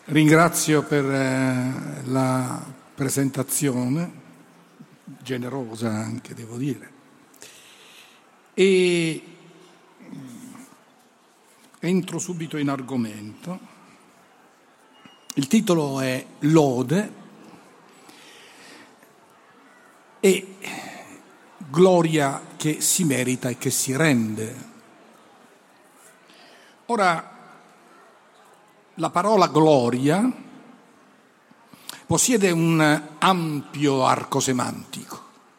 Ringrazio per la presentazione, generosa anche, devo dire. E entro subito in argomento. Il titolo è Lode e gloria che si merita e che si rende. Ora, la parola gloria possiede un ampio arco semantico.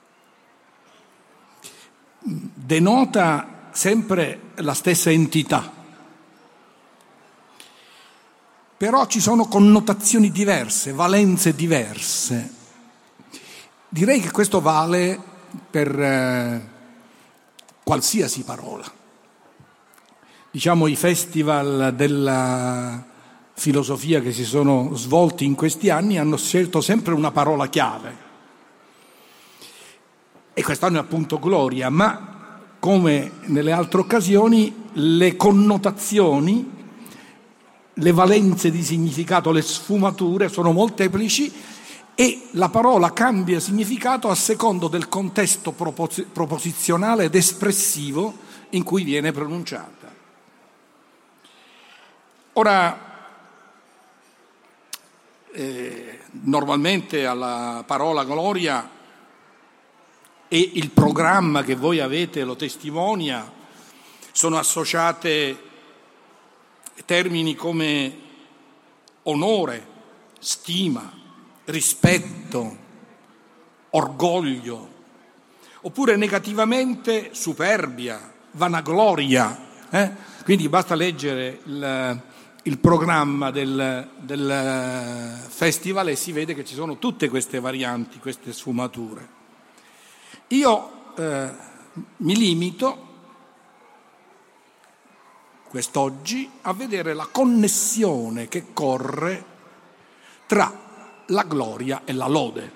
Denota sempre la stessa entità, però ci sono connotazioni diverse, valenze diverse. Direi che questo vale per qualsiasi parola. Diciamo, i festival della filosofia che si sono svolti in questi anni hanno scelto sempre una parola chiave. E quest'anno è appunto gloria, ma come nelle altre occasioni le connotazioni, le valenze di significato, le sfumature sono molteplici e la parola cambia significato a secondo del contesto proposizionale ed espressivo in cui viene pronunciata. Ora, normalmente alla parola gloria e il programma che voi avete lo testimonia, sono associate termini come onore, stima, rispetto, orgoglio, oppure negativamente superbia, vanagloria. Quindi basta leggere il programma del festival e si vede che ci sono tutte queste varianti, queste sfumature. Io mi limito quest'oggi a vedere la connessione che corre tra la gloria e la lode.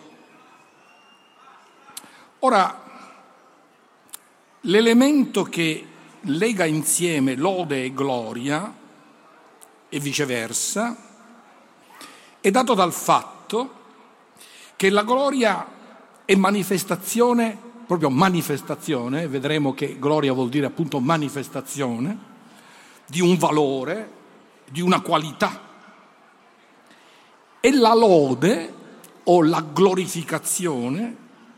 Ora, l'elemento che lega insieme lode e gloria e viceversa è dato dal fatto che la gloria è manifestazione, proprio manifestazione, vedremo che gloria vuol dire appunto manifestazione, di un valore, di una qualità. E la lode o la glorificazione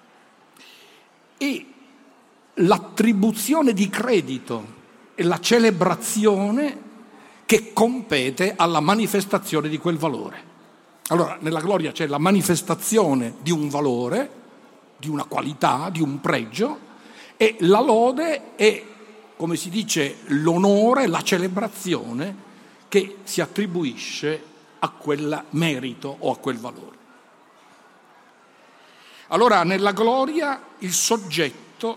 è l'attribuzione di credito e la celebrazione che compete alla manifestazione di quel valore. Allora, nella gloria c'è la manifestazione di un valore, di una qualità, di un pregio, e la lode è, come si dice, l'onore, la celebrazione che si attribuisce a quel merito o a quel valore. Allora, nella gloria il soggetto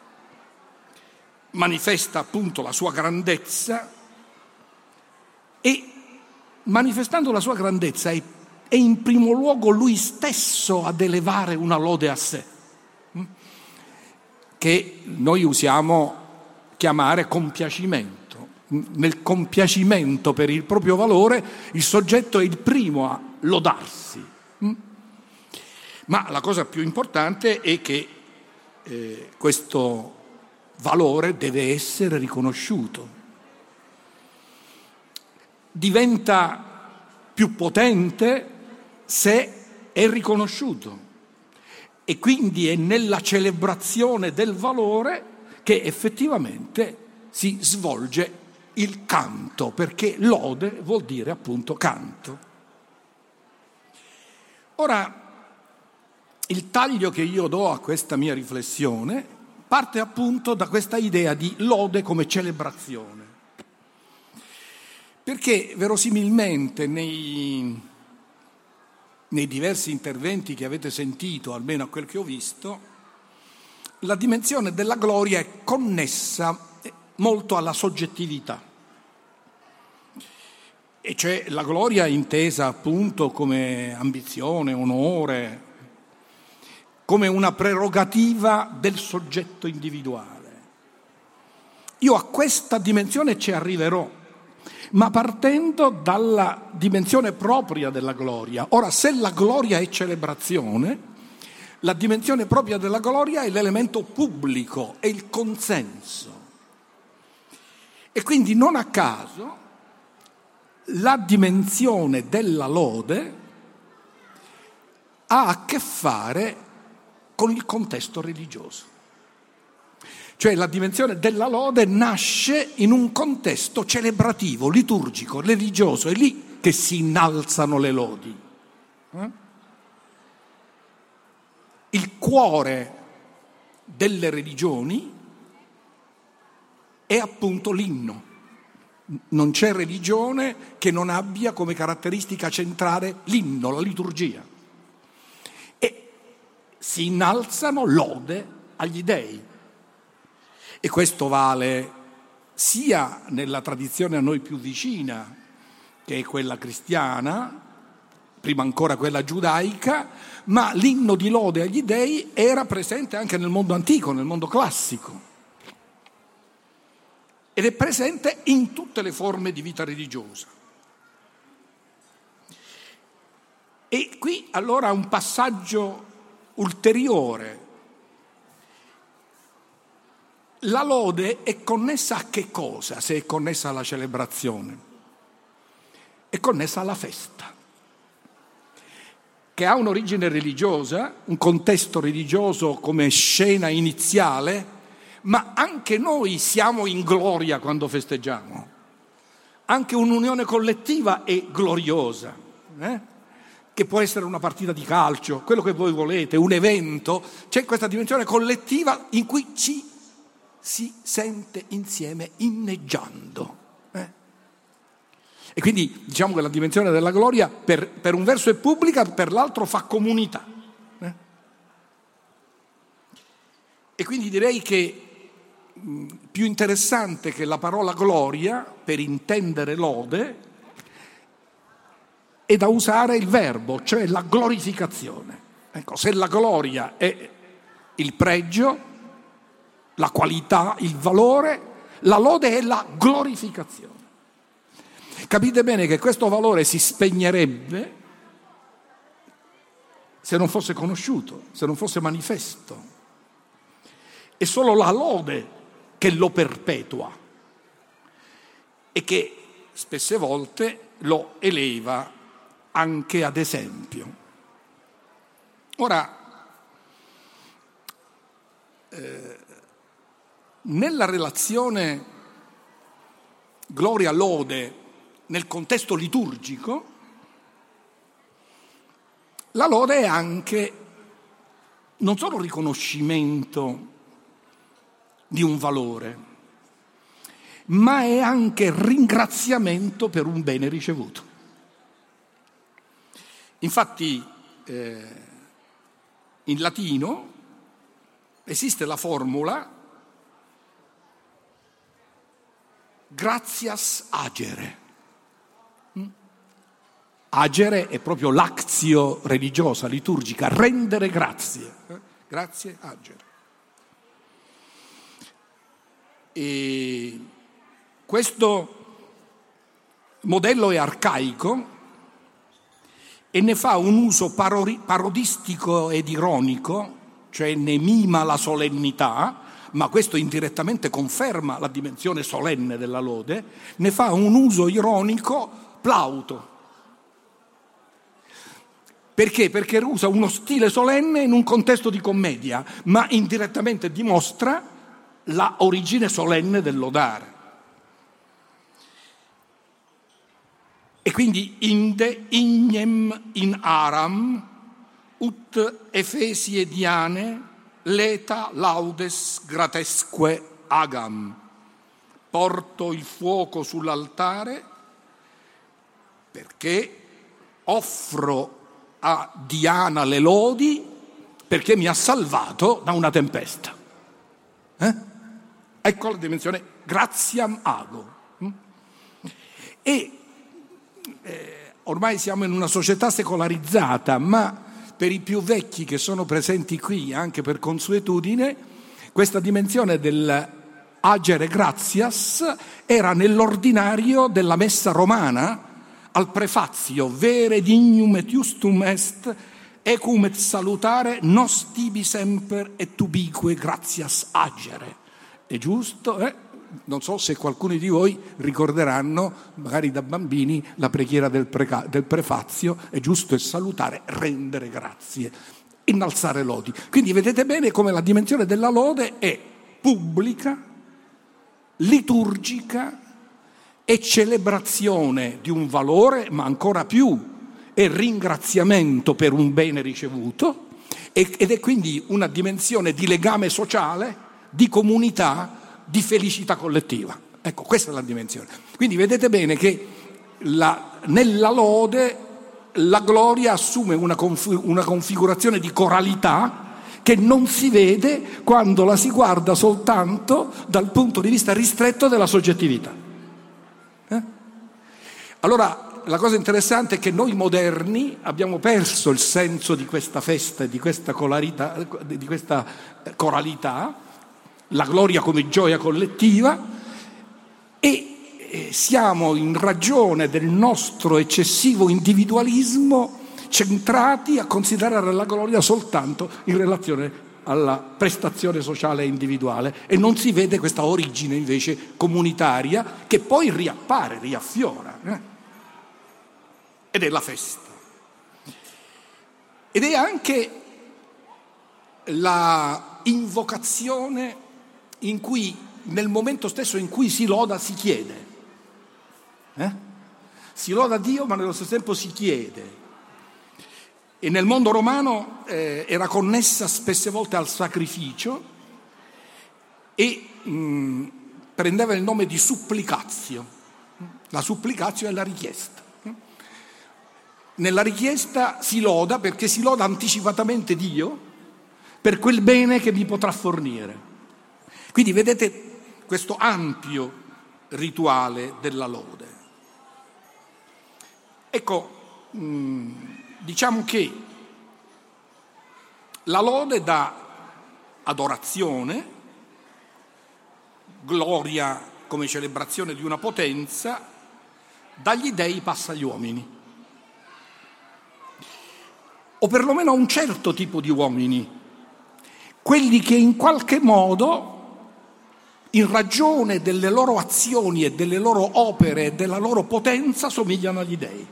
manifesta appunto la sua grandezza e manifestando la sua grandezza è in primo luogo lui stesso ad elevare una lode a sé, che noi usiamo chiamare compiacimento. Nel compiacimento per il proprio valore il soggetto è il primo a lodarsi. Ma la cosa più importante è che questo valore deve essere riconosciuto. Diventa più potente se è riconosciuto e quindi è nella celebrazione del valore che effettivamente si svolge il canto, perché lode vuol dire appunto canto. Ora, il taglio che io do a questa mia riflessione parte appunto da questa idea di lode come celebrazione. Perché verosimilmente nei diversi interventi che avete sentito, almeno a quel che ho visto, la dimensione della gloria è connessa molto alla soggettività. E cioè la gloria intesa appunto come ambizione, onore, come una prerogativa del soggetto individuale. Io a questa dimensione ci arriverò, ma partendo dalla dimensione propria della gloria. Ora, se la gloria è celebrazione, la dimensione propria della gloria è l'elemento pubblico, è il consenso. E quindi non a caso la dimensione della lode ha a che fare con il contesto religioso. Cioè la dimensione della lode nasce in un contesto celebrativo, liturgico, religioso, è lì che si innalzano le lodi. Il cuore delle religioni è appunto l'inno. Non c'è religione che non abbia come caratteristica centrale l'inno, la liturgia. E si innalzano lode agli dei. E questo vale sia nella tradizione a noi più vicina, che è quella cristiana, prima ancora quella giudaica, ma l'inno di lode agli dei era presente anche nel mondo antico, nel mondo classico. Ed è presente in tutte le forme di vita religiosa. E qui allora un passaggio ulteriore. La lode è connessa a che cosa, se è connessa alla celebrazione? È connessa alla festa, che ha un'origine religiosa, un contesto religioso come scena iniziale, ma anche noi siamo in gloria quando festeggiamo. Anche un'unione collettiva è gloriosa, che può essere una partita di calcio, quello che voi volete, un evento. C'è questa dimensione collettiva in cui ci si sente insieme inneggiando. E quindi diciamo che la dimensione della gloria per un verso è pubblica, per l'altro fa comunità. E quindi direi che più interessante che la parola gloria per intendere lode è da usare il verbo, cioè la glorificazione. Ecco, se la gloria è il pregio, la qualità, il valore, la lode è la glorificazione. Capite bene che questo valore si spegnerebbe se non fosse conosciuto, se non fosse manifesto. È solo la lode che lo perpetua e che spesse volte lo eleva anche ad esempio. Ora, nella relazione gloria-lode nel contesto liturgico, la lode è anche non solo riconoscimento di un valore, ma è anche ringraziamento per un bene ricevuto. Infatti in latino esiste la formula gratias agere. Agere è proprio l'actio religiosa, liturgica, rendere grazie. Grazie, agere. E questo modello è arcaico e ne fa un uso parodistico ed ironico, cioè ne mima la solennità, ma questo indirettamente conferma la dimensione solenne della lode, ne fa un uso ironico plauto. Perché? Perché usa uno stile solenne in un contesto di commedia, ma indirettamente dimostra la origine solenne del lodare. E quindi inde ignem in aram ut efesie diane leta laudes gratesque agam. Porto il fuoco sull'altare perché offro a Diana le lodi perché mi ha salvato da una tempesta. Ecco la dimensione gratiam ago. E ormai siamo in una società secolarizzata, ma per i più vecchi che sono presenti qui, anche per consuetudine, questa dimensione del agere gratias era nell'ordinario della messa romana, al prefazio vere dignum et justum est ecum et salutare nos tibi semper et ubique gratias agere. È giusto, Non so se qualcuno di voi ricorderanno, magari da bambini, la preghiera del prefazio: è giusto e salutare rendere grazie, innalzare lodi. Quindi vedete bene come la dimensione della lode è pubblica, liturgica, è celebrazione di un valore, ma ancora più è ringraziamento per un bene ricevuto, ed è quindi una dimensione di legame sociale, di comunità, di felicità collettiva. Ecco, questa è la dimensione. Quindi vedete bene che nella lode la gloria assume una configurazione di coralità che non si vede quando la si guarda soltanto dal punto di vista ristretto della soggettività. Allora, la cosa interessante è che noi moderni abbiamo perso il senso di questa festa e di questa coralità, la gloria come gioia collettiva, e siamo, in ragione del nostro eccessivo individualismo, centrati a considerare la gloria soltanto in relazione alla prestazione sociale e individuale, e non si vede questa origine invece comunitaria che poi riappare, riaffiora, ed è la festa. Ed è anche la invocazione in cui, nel momento stesso in cui si loda, si chiede. Si loda Dio, ma nello stesso tempo si chiede. E nel mondo romano era connessa spesse volte al sacrificio e prendeva il nome di supplicazio. La supplicazio è la richiesta. Nella richiesta si loda, perché si loda anticipatamente Dio per quel bene che mi potrà fornire. Quindi vedete questo ampio rituale della lode. Ecco, diciamo che la lode dà adorazione, gloria come celebrazione di una potenza, dagli dei passa agli uomini, o perlomeno a un certo tipo di uomini, quelli che in qualche modo, in ragione delle loro azioni e delle loro opere e della loro potenza, somigliano agli dei.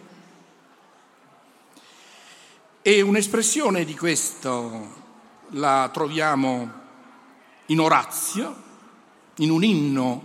E un'espressione di questo la troviamo in Orazio, in un inno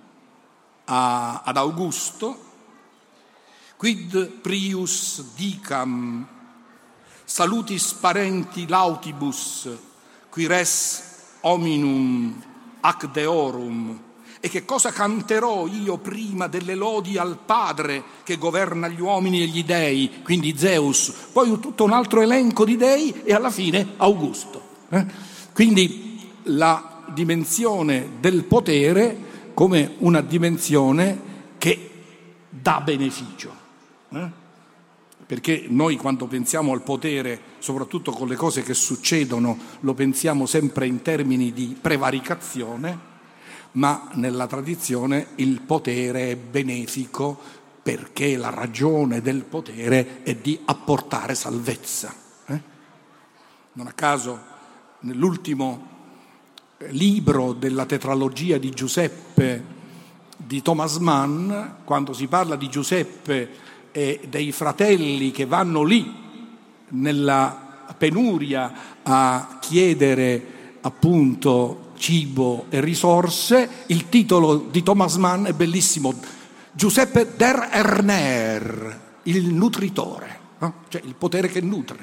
ad Augusto: quid prius dicam salutis parenti lautibus qui res hominum ac deorum. E che cosa canterò io prima delle lodi al Padre che governa gli uomini e gli dei, quindi Zeus, poi tutto un altro elenco di dei e alla fine Augusto. Quindi la dimensione del potere come una dimensione che dà beneficio. Perché noi, quando pensiamo al potere, soprattutto con le cose che succedono, lo pensiamo sempre in termini di prevaricazione, ma nella tradizione il potere è benefico perché la ragione del potere è di apportare salvezza. Non a caso nell'ultimo libro della tetralogia di Giuseppe di Thomas Mann, quando si parla di Giuseppe e dei fratelli che vanno lì nella penuria a chiedere appunto cibo e risorse, il titolo di Thomas Mann è bellissimo: Giuseppe der Ernähr, il nutritore, cioè il potere che nutre.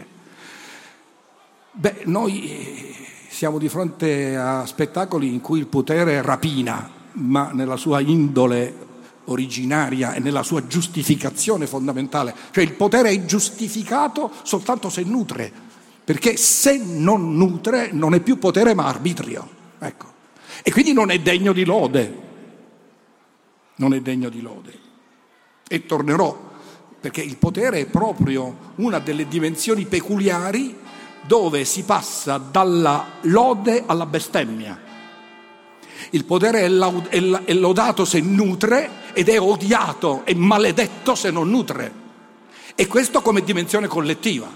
Noi siamo di fronte a spettacoli in cui il potere rapina, ma nella sua indole originaria e nella sua giustificazione fondamentale, cioè il potere è giustificato soltanto se nutre, perché se non nutre non è più potere ma arbitrio. Ecco. E quindi non è degno di lode. Non è degno di lode. E tornerò, perché il potere è proprio una delle dimensioni peculiari dove si passa dalla lode alla bestemmia. Il potere è lodato se nutre ed è odiato e maledetto se non nutre. E questo come dimensione collettiva.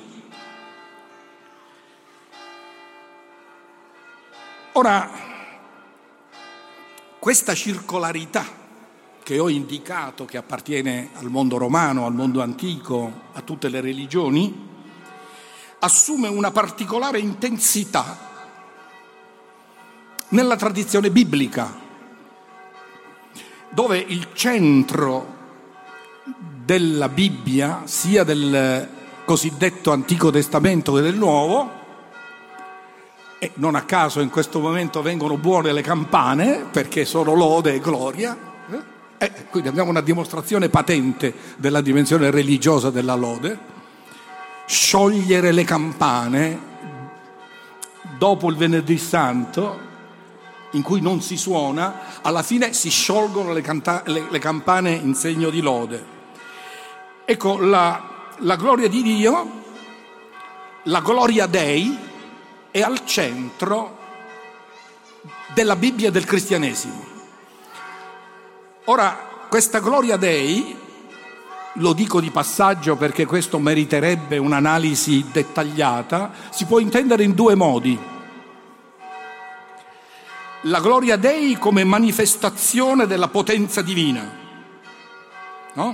Ora, questa circolarità che ho indicato, che appartiene al mondo romano, al mondo antico, a tutte le religioni, assume una particolare intensità nella tradizione biblica, dove il centro della Bibbia, sia del cosiddetto Antico Testamento che del Nuovo, e non a caso in questo momento vengono buone le campane, perché sono lode e gloria, quindi abbiamo una dimostrazione patente della dimensione religiosa della lode. Sciogliere le campane dopo il Venerdì Santo, in cui non si suona, alla fine si sciolgono le campane in segno di lode. Ecco, la gloria di Dio, la gloria Dei, è al centro della Bibbia e del cristianesimo. Ora, questa gloria Dei, lo dico di passaggio perché questo meriterebbe un'analisi dettagliata, si può intendere in due modi. La gloria Dei come manifestazione della potenza divina, no?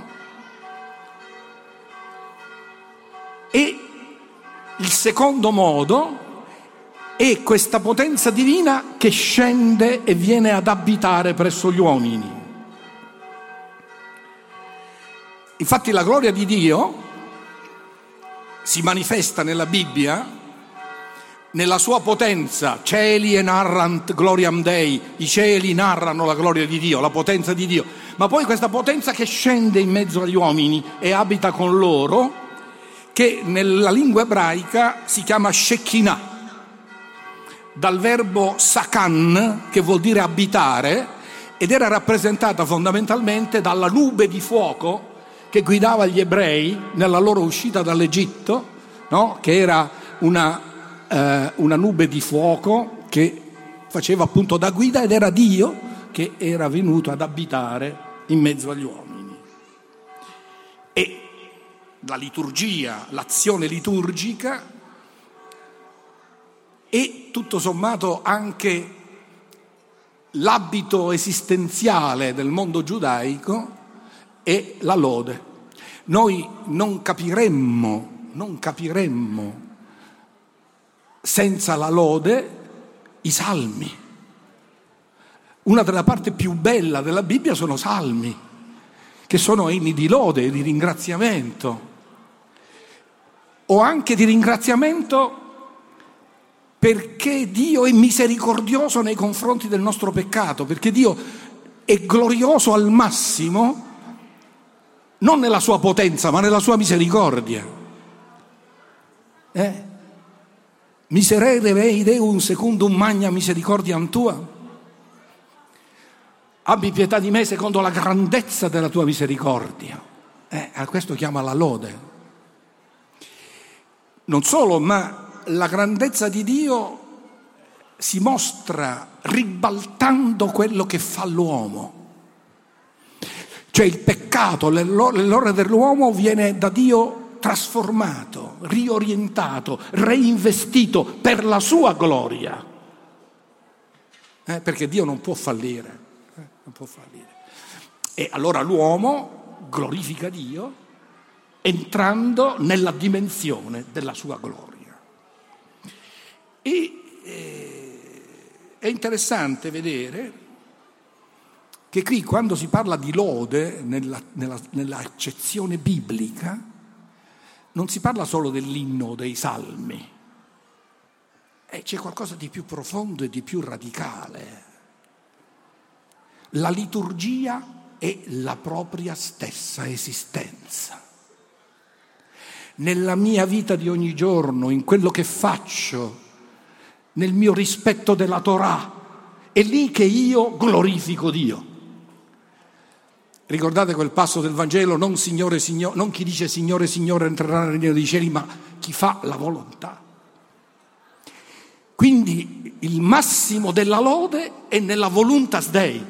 E il secondo modo è questa potenza divina che scende e viene ad abitare presso gli uomini. Infatti la gloria di Dio si manifesta nella Bibbia nella sua potenza. Cieli e narrant gloriam Dei, i cieli narrano la gloria di Dio, la potenza di Dio, ma poi questa potenza che scende in mezzo agli uomini e abita con loro, che nella lingua ebraica si chiama Shekinah, dal verbo sakan, che vuol dire abitare, ed era rappresentata fondamentalmente dalla nube di fuoco che guidava gli ebrei nella loro uscita dall'Egitto, no? Che era una nube di fuoco che faceva appunto da guida, ed era Dio che era venuto ad abitare in mezzo agli uomini. E la liturgia, l'azione liturgica e tutto sommato anche l'abito esistenziale del mondo giudaico è la lode. Noi non capiremmo senza la lode i salmi. Una delle parti più belle della Bibbia sono salmi, che sono inni di lode e di ringraziamento, o anche di ringraziamento perché Dio è misericordioso nei confronti del nostro peccato, perché Dio è glorioso al massimo, non nella sua potenza, ma nella sua misericordia. Miserere vei Deum secundum magna misericordiam tua. Abbi pietà di me secondo la grandezza della tua misericordia. A questo chiama la lode. Non solo, ma la grandezza di Dio si mostra ribaltando quello che fa l'uomo. Cioè il peccato, l'errore dell'uomo viene da Dio trasformato, riorientato, reinvestito per la sua gloria. Perché Dio non può fallire. Non può fallire. E allora l'uomo glorifica Dio entrando nella dimensione della sua gloria. E è interessante vedere che qui, quando si parla di lode nella accezione biblica, non si parla solo dell'inno dei salmi, c'è qualcosa di più profondo e di più radicale. La liturgia è la propria stessa esistenza. Nella mia vita di ogni giorno, in quello che faccio, nel mio rispetto della Torah, è lì che io glorifico Dio. Ricordate quel passo del Vangelo? Non Signore, Signore, non chi dice Signore, Signore entrerà nel regno dei cieli, ma chi fa la volontà. Quindi il massimo della lode è nella voluntas Dei.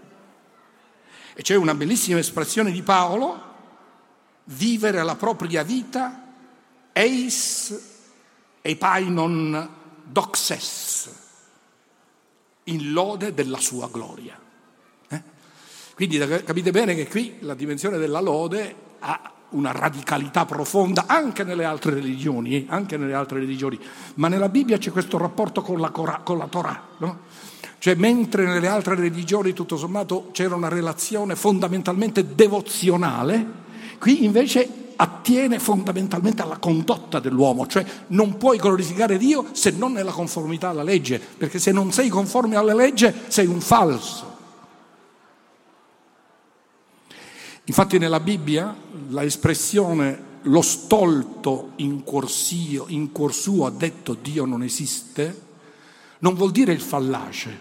E c'è una bellissima espressione di Paolo: vivere la propria vita eis epainon doxes, in lode della sua gloria. Quindi capite bene che qui la dimensione della lode ha una radicalità profonda anche nelle altre religioni, ma nella Bibbia c'è questo rapporto con la Torah, no? Cioè, mentre nelle altre religioni tutto sommato c'era una relazione fondamentalmente devozionale, qui invece attiene fondamentalmente alla condotta dell'uomo, cioè non puoi glorificare Dio se non nella conformità alla legge, perché se non sei conforme alla legge sei un falso. Infatti nella Bibbia la espressione lo stolto in cuor suo ha detto Dio non esiste non vuol dire il fallace,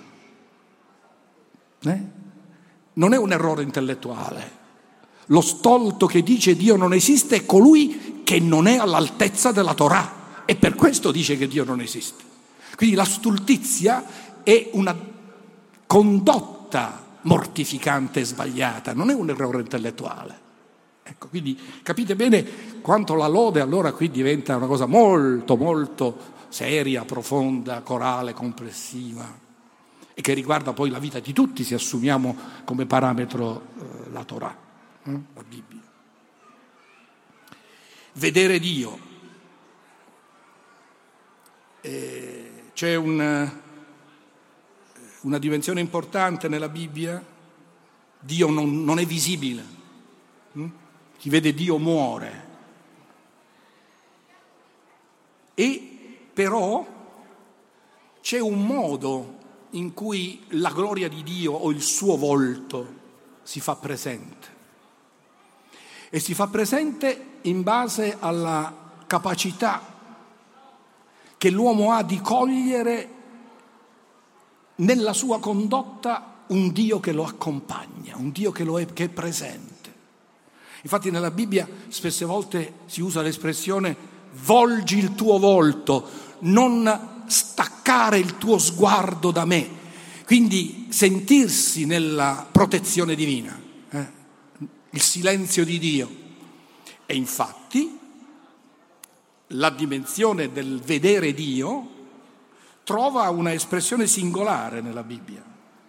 non è un errore intellettuale. Lo stolto che dice Dio non esiste è colui che non è all'altezza della Torah, e per questo dice che Dio non esiste. Quindi la stultizia è una condotta mortificante e sbagliata, non è un errore intellettuale. Ecco, quindi capite bene quanto la lode allora qui diventa una cosa molto, molto seria, profonda, corale, complessiva, e che riguarda poi la vita di tutti se assumiamo come parametro la Torah, la Bibbia. Vedere Dio. C'è una dimensione importante nella Bibbia: Dio non è visibile. Chi vede Dio muore. E però c'è un modo in cui la gloria di Dio o il suo volto si fa presente. E si fa presente in base alla capacità che l'uomo ha di cogliere nella sua condotta un Dio che lo accompagna, un Dio che è presente. Infatti nella Bibbia spesse volte si usa l'espressione volgi il tuo volto, non staccare il tuo sguardo da me, quindi sentirsi nella protezione divina, il silenzio di Dio. E infatti la dimensione del vedere Dio trova una espressione singolare nella Bibbia.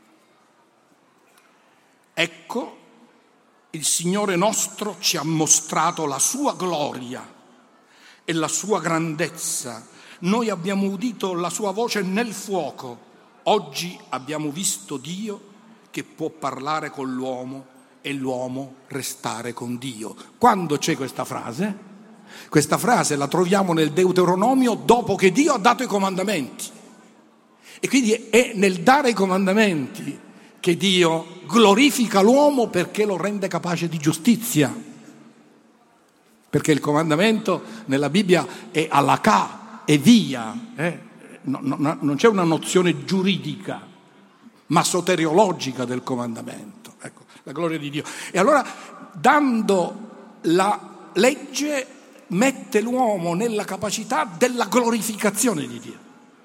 Ecco, il Signore nostro ci ha mostrato la sua gloria e la sua grandezza. Noi abbiamo udito la sua voce nel fuoco. Oggi abbiamo visto Dio che può parlare con l'uomo e l'uomo restare con Dio. Quando c'è questa frase? Questa frase la troviamo nel Deuteronomio dopo che Dio ha dato i comandamenti. E quindi è nel dare i comandamenti che Dio glorifica l'uomo, perché lo rende capace di giustizia. Perché il comandamento nella Bibbia è halakha, è via. Non c'è una nozione giuridica, ma soteriologica del comandamento. Ecco, la gloria di Dio. E allora, dando la legge, mette l'uomo nella capacità della glorificazione di Dio.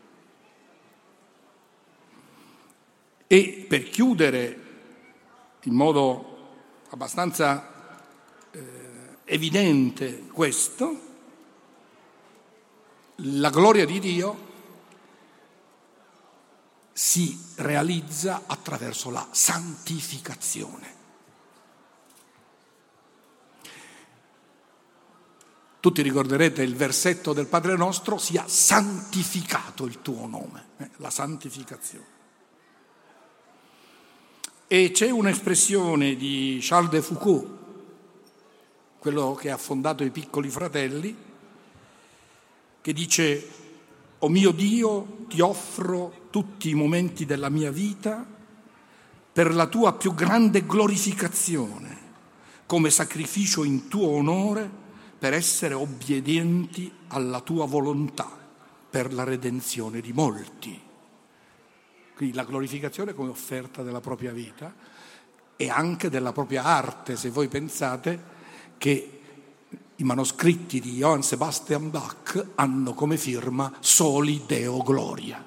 E per chiudere in modo abbastanza evidente questo, la gloria di Dio si realizza attraverso la santificazione. Tutti ricorderete il versetto del Padre Nostro: sia santificato il tuo nome, la santificazione. E c'è un'espressione di Charles de Foucault, quello che ha fondato i Piccoli Fratelli, che dice: o mio Dio, ti offro tutti i momenti della mia vita per la tua più grande glorificazione, come sacrificio in tuo onore, per essere obbedienti alla tua volontà, per la redenzione di molti. Quindi la glorificazione come offerta della propria vita e anche della propria arte. Se voi pensate che i manoscritti di Johann Sebastian Bach hanno come firma Soli Deo Gloria,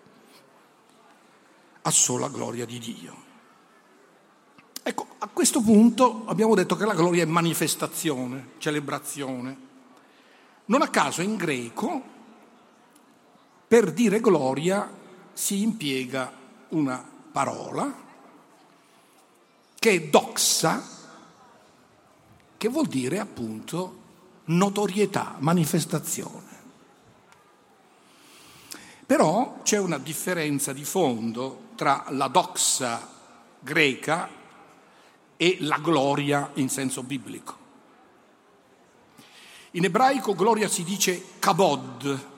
a sola gloria di Dio. Ecco, a questo punto abbiamo detto che la gloria è manifestazione, celebrazione. Non a caso in greco per dire gloria si impiega una parola che è doxa, che vuol dire appunto notorietà, manifestazione. Però c'è una differenza di fondo tra la doxa greca e la gloria in senso biblico. In ebraico gloria si dice kabod,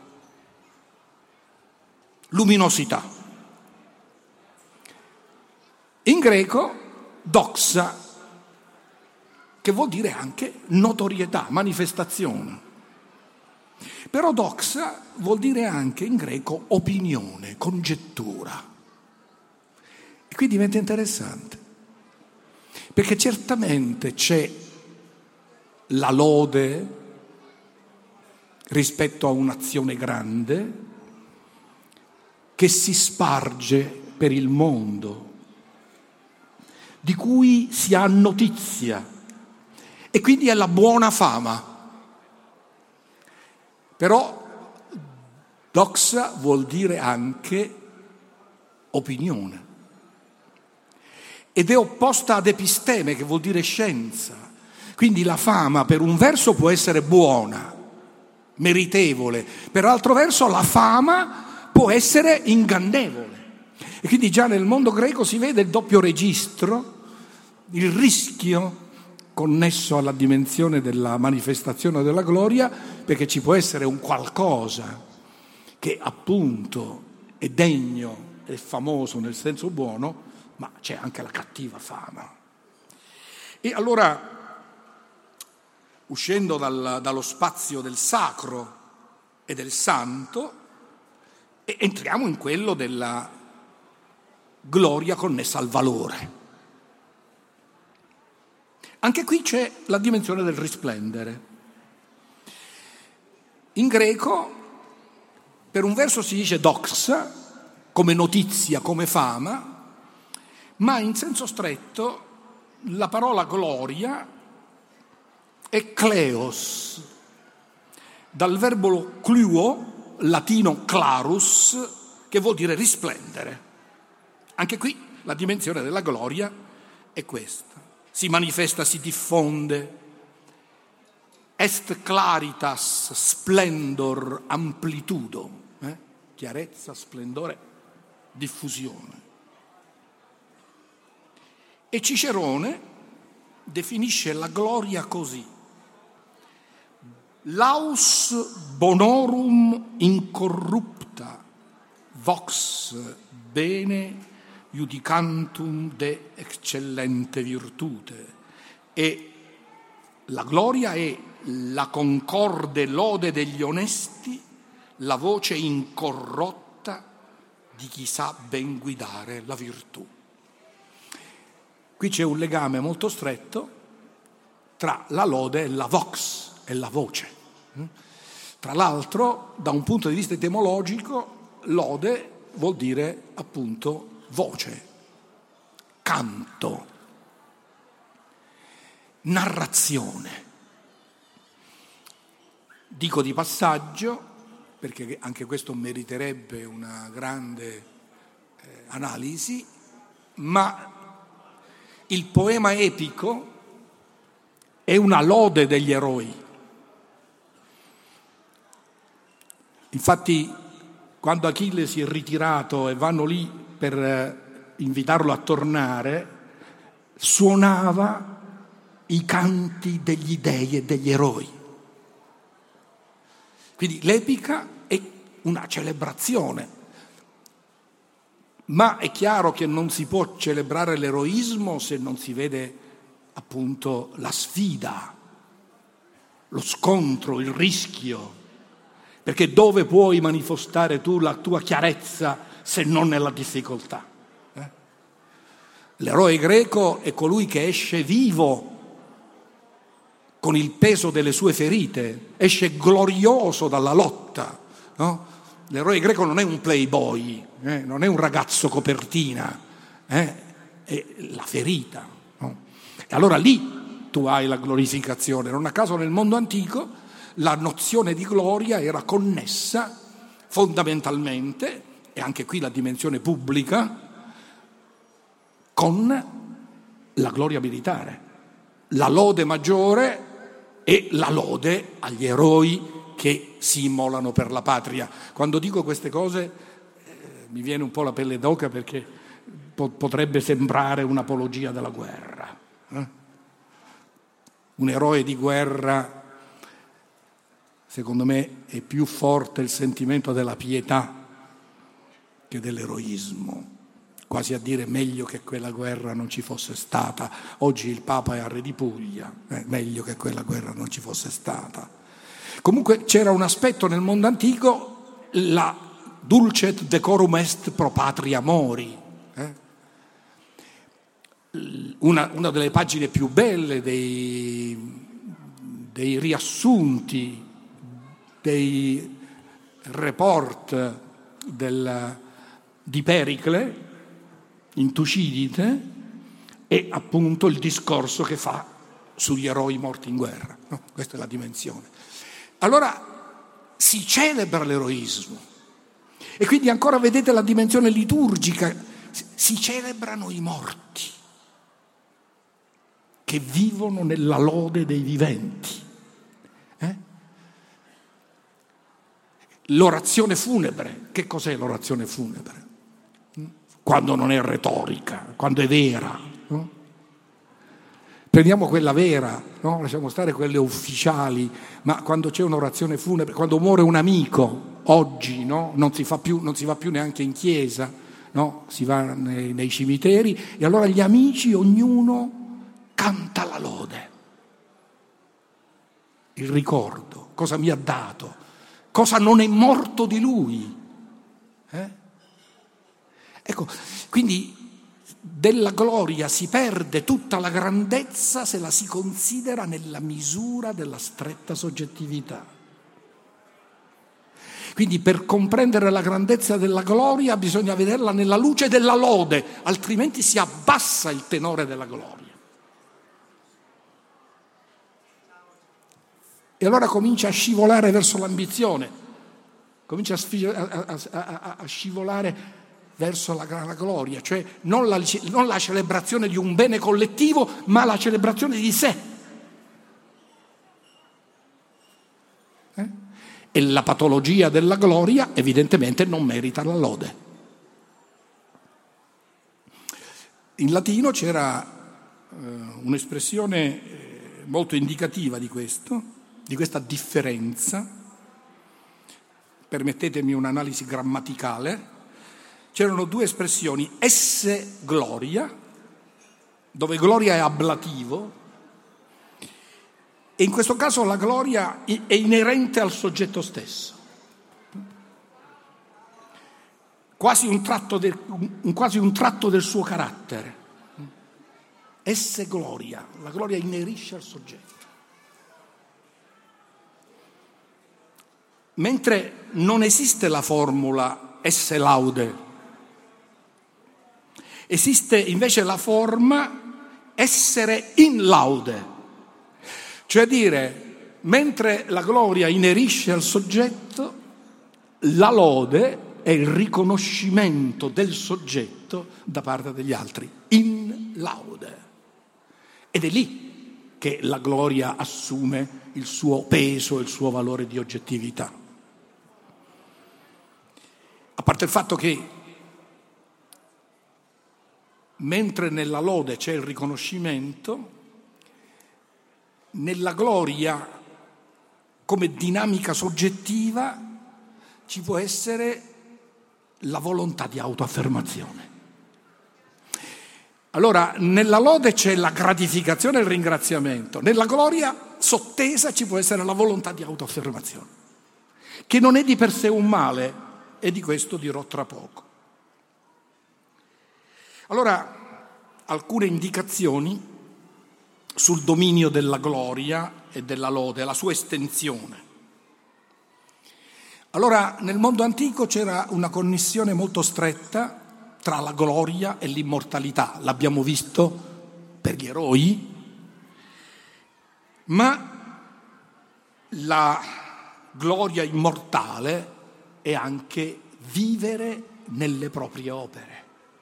luminosità. In greco doxa, che vuol dire anche notorietà, manifestazione. Però doxa vuol dire anche in greco opinione, congettura. E qui diventa interessante, perché certamente c'è la lode rispetto a un'azione grande che si sparge per il mondo, di cui si ha notizia, e quindi è la buona fama. Però doxa vuol dire anche opinione ed è opposta ad episteme, che vuol dire scienza. Quindi la fama per un verso può essere buona, meritevole, per altro verso la fama può essere ingannevole. E quindi già nel mondo greco si vede il doppio registro, il rischio connesso alla dimensione della manifestazione della gloria, perché ci può essere un qualcosa che appunto è degno, è famoso nel senso buono, ma c'è anche la cattiva fama. E allora, uscendo dallo spazio del sacro e del santo, entriamo in quello della gloria connessa al valore. Anche qui c'è la dimensione del risplendere. In greco, per un verso si dice doxa, come notizia, come fama, ma in senso stretto la parola gloria è kleos, dal verbo kluo, latino clarus, che vuol dire risplendere. Anche qui la dimensione della gloria è questa. Si manifesta, si diffonde. Est claritas splendor amplitudo, chiarezza, splendore, diffusione. E Cicerone definisce la gloria così: laus bonorum incorrupta, vox bene iudicantum de excellente virtute. E la gloria è la concorde lode degli onesti, la voce incorrotta di chi sa ben guidare la virtù. Qui c'è un legame molto stretto tra la lode e la vox, e la voce. Tra l'altro, da un punto di vista etimologico, lode vuol dire appunto voce, canto, narrazione. Dico di passaggio, perché anche questo meriterebbe una grande analisi, ma il poema epico è una lode degli eroi. Infatti, quando Achille si è ritirato e vanno lì per invitarlo a tornare, suonava i canti degli dei e degli eroi. Quindi l'epica è una celebrazione, ma è chiaro che non si può celebrare l'eroismo se non si vede appunto la sfida, lo scontro, il rischio, perché dove puoi manifestare tu la tua chiarezza se non nella difficoltà? L'eroe greco è colui che esce vivo con il peso delle sue ferite, esce glorioso dalla lotta, no? L'eroe greco non è un playboy, non è un ragazzo copertina, è la ferita, no? E allora lì tu hai la glorificazione. Non a caso nel mondo antico la nozione di gloria era connessa fondamentalmente, e anche qui la dimensione pubblica, con la gloria militare, la lode maggiore e la lode agli eroi che si immolano per la patria. Quando dico queste cose mi viene un po' la pelle d'oca, perché potrebbe sembrare un'apologia della guerra. Un eroe di guerra, secondo me, è più forte il sentimento della pietà che dell'eroismo. Quasi a dire meglio che quella guerra non ci fosse stata. Oggi il Papa è a Re di Puglia, meglio che quella guerra non ci fosse stata. Comunque c'era un aspetto nel mondo antico, la dulcet decorum est pro patria mori. Una delle pagine più belle dei riassunti, dei report di Pericle in Tucidide è appunto il discorso che fa sugli eroi morti in guerra, no? Questa è la dimensione. Allora si celebra l'eroismo, e quindi ancora vedete la dimensione liturgica, si celebrano i morti che vivono nella lode dei viventi. L'orazione funebre, che cos'è l'orazione funebre? Quando non è retorica, quando è vera, no? Prendiamo quella vera, no? Lasciamo stare quelle ufficiali, ma quando c'è un'orazione funebre, quando muore un amico, oggi, no? Non si va più neanche in chiesa, no? Si va nei cimiteri, e allora gli amici, ognuno canta la lode, il ricordo, cosa mi ha dato, cosa non è morto di lui. Ecco, quindi della gloria si perde tutta la grandezza se la si considera nella misura della stretta soggettività. Quindi per comprendere la grandezza della gloria bisogna vederla nella luce della lode, altrimenti si abbassa il tenore della gloria. E allora comincia a scivolare verso l'ambizione, comincia a scivolare verso la gloria, cioè non la celebrazione di un bene collettivo, ma la celebrazione di sé. E la patologia della gloria evidentemente non merita la lode. In latino c'era un'espressione molto indicativa di questo, di questa differenza. Permettetemi un'analisi grammaticale. C'erano due espressioni: esse gloria, dove gloria è ablativo, e in questo caso la gloria è inerente al soggetto stesso, quasi un tratto del suo carattere. Esse gloria, la gloria inerisce al soggetto. Mentre non esiste la formula esse laude, esiste invece la forma essere in laude, cioè dire, mentre la gloria inerisce al soggetto, la lode è il riconoscimento del soggetto da parte degli altri, in laude. Ed è lì che la gloria assume il suo peso, il suo valore di oggettività. A parte il fatto che mentre nella lode c'è il riconoscimento, nella gloria come dinamica soggettiva ci può essere la volontà di autoaffermazione. Allora, nella lode c'è la gratificazione e il ringraziamento, nella gloria sottesa ci può essere la volontà di autoaffermazione, che non è di per sé un male, e di questo dirò tra poco. Allora, alcune indicazioni sul dominio della gloria e della lode, la sua estensione. Allora, nel mondo antico c'era una connessione molto stretta tra la gloria e l'immortalità, l'abbiamo visto per gli eroi, ma la gloria immortale è anche vivere nelle proprie opere.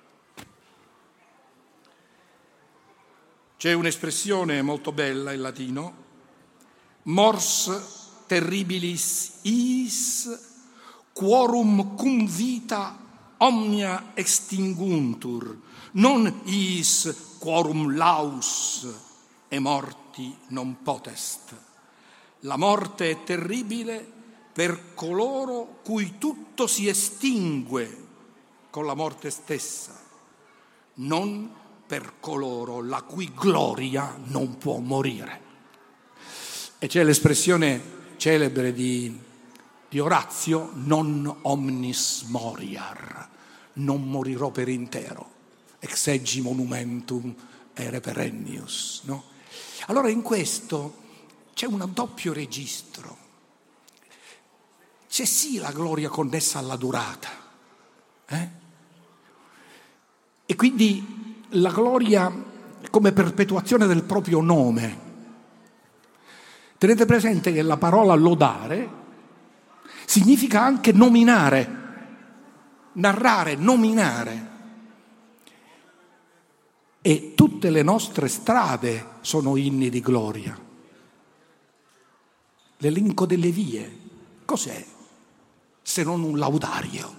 C'è un'espressione molto bella in latino, mors terribilis is quorum cum vita omnia extinguntur, non is quorum laus e morti non potest. La morte è terribile per coloro cui tutto si estingue con la morte stessa, non per coloro la cui gloria non può morire. E c'è l'espressione celebre di Orazio, non omnis moriar, non morirò per intero, ex egi monumentum ere perennius, no? Allora in questo c'è un doppio registro. C'è sì la gloria connessa alla durata, e quindi la gloria come perpetuazione del proprio nome. Tenete presente che la parola lodare significa anche nominare, narrare, nominare. E tutte le nostre strade sono inni di gloria. L'elenco delle vie, cos'è se non un laudario?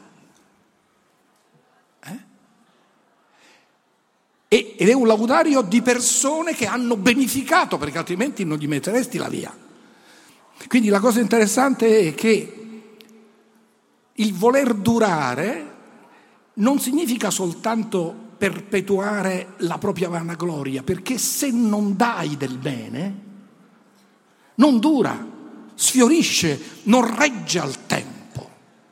Ed è un laudario di persone che hanno beneficato, perché altrimenti non gli metteresti la via. Quindi la cosa interessante è che il voler durare non significa soltanto perpetuare la propria vanagloria, perché se non dai del bene, non dura, sfiorisce, non regge al tempo.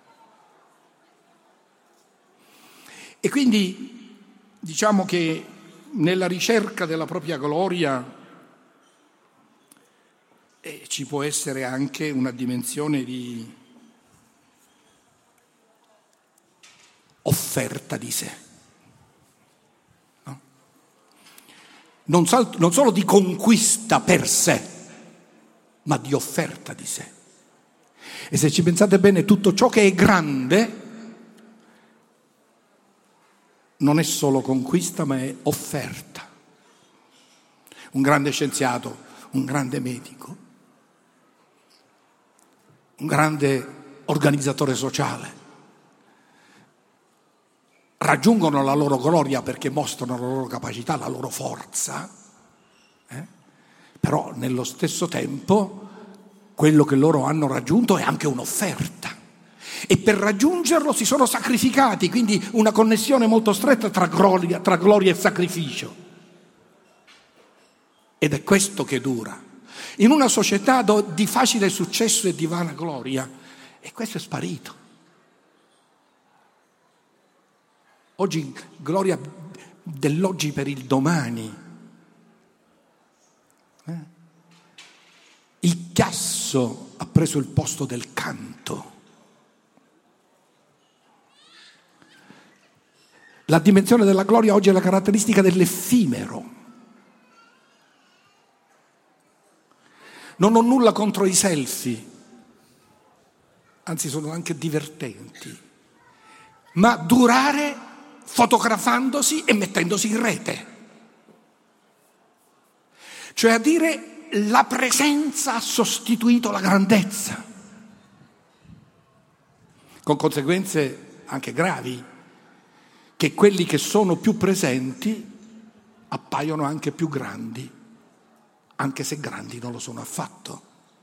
E quindi diciamo che nella ricerca della propria gloria ci può essere anche una dimensione di offerta di sé, no? Non solo di conquista per sé, ma di offerta di sé. E se ci pensate bene, tutto ciò che è grande non è solo conquista, ma è offerta. Un grande scienziato, un grande medico, un grande organizzatore sociale raggiungono la loro gloria perché mostrano la loro capacità, la loro forza, però nello stesso tempo quello che loro hanno raggiunto è anche un'offerta. E per raggiungerlo si sono sacrificati, quindi una connessione molto stretta tra gloria e sacrificio. Ed è questo che dura. In una società di facile successo e di vana gloria, e questo è sparito. Oggi gloria dell'oggi per il domani. Il chiasso ha preso il posto del canto. La dimensione della gloria oggi è la caratteristica dell'effimero. Non ho nulla contro i selfie, anzi sono anche divertenti, ma durare fotografandosi e mettendosi in rete. Cioè a dire la presenza ha sostituito la grandezza, con conseguenze anche gravi, che quelli che sono più presenti appaiono anche più grandi, anche se grandi non lo sono affatto.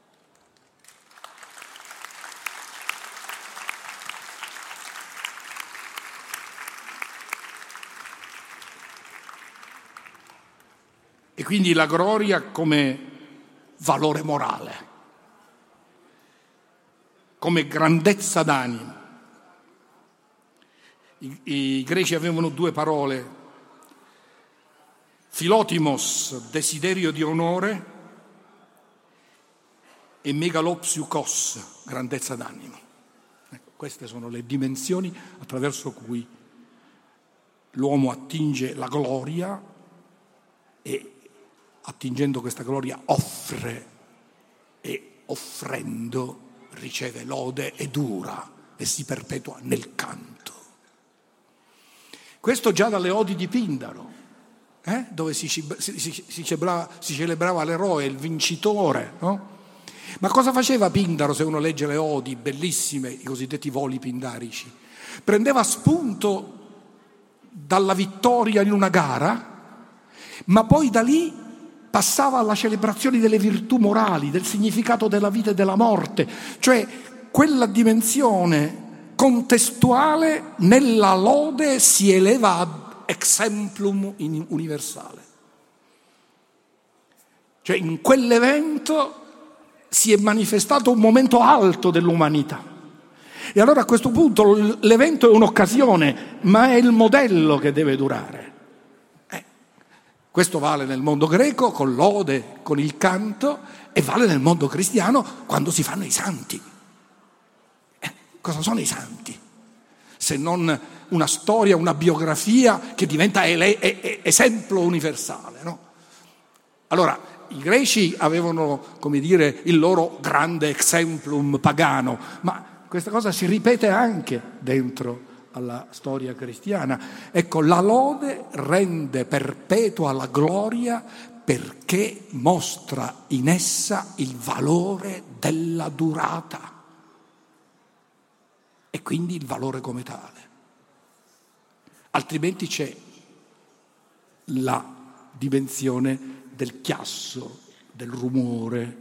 E quindi la gloria come valore morale, come grandezza d'animo. I greci avevano due parole Philotimos, desiderio di onore, e megalopsiukos, grandezza d'animo. Ecco, queste sono le dimensioni attraverso cui l'uomo attinge la gloria e, attingendo questa gloria, offre e, offrendo, riceve lode e dura e si perpetua nel canto. Questo già dalle odi di Pindaro, dove si celebrava l'eroe, il vincitore, no? Ma cosa faceva Pindaro, se uno legge le odi bellissime, i cosiddetti voli pindarici? Prendeva spunto dalla vittoria in una gara, ma poi da lì passava alla celebrazione delle virtù morali, del significato della vita e della morte, cioè quella dimensione contestuale nella lode si eleva ad exemplum universale. Cioè in quell'evento si è manifestato un momento alto dell'umanità. E allora a questo punto l'evento è un'occasione, ma è il modello che deve durare. Questo vale nel mondo greco con l'ode, con il canto, e vale nel mondo cristiano quando si fanno i santi. Cosa sono i santi? Se non una storia, una biografia che diventa esempio universale, no? Allora, i greci avevano, come dire, il loro grande exemplum pagano, ma questa cosa si ripete anche dentro alla storia cristiana. Ecco, la lode rende perpetua la gloria perché mostra in essa il valore della durata e quindi il valore come tale. Altrimenti c'è la dimensione del chiasso, del rumore.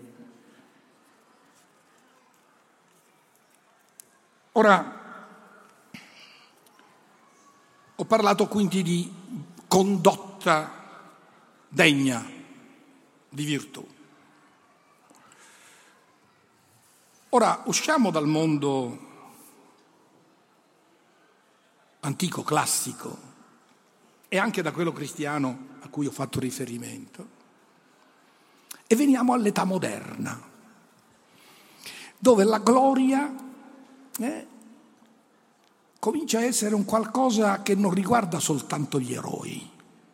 Ora, ho parlato quindi di condotta degna di virtù. Ora, usciamo dal mondo antico, classico, e anche da quello cristiano a cui ho fatto riferimento, e veniamo all'età moderna, dove la gloria comincia a essere un qualcosa che non riguarda soltanto gli eroi,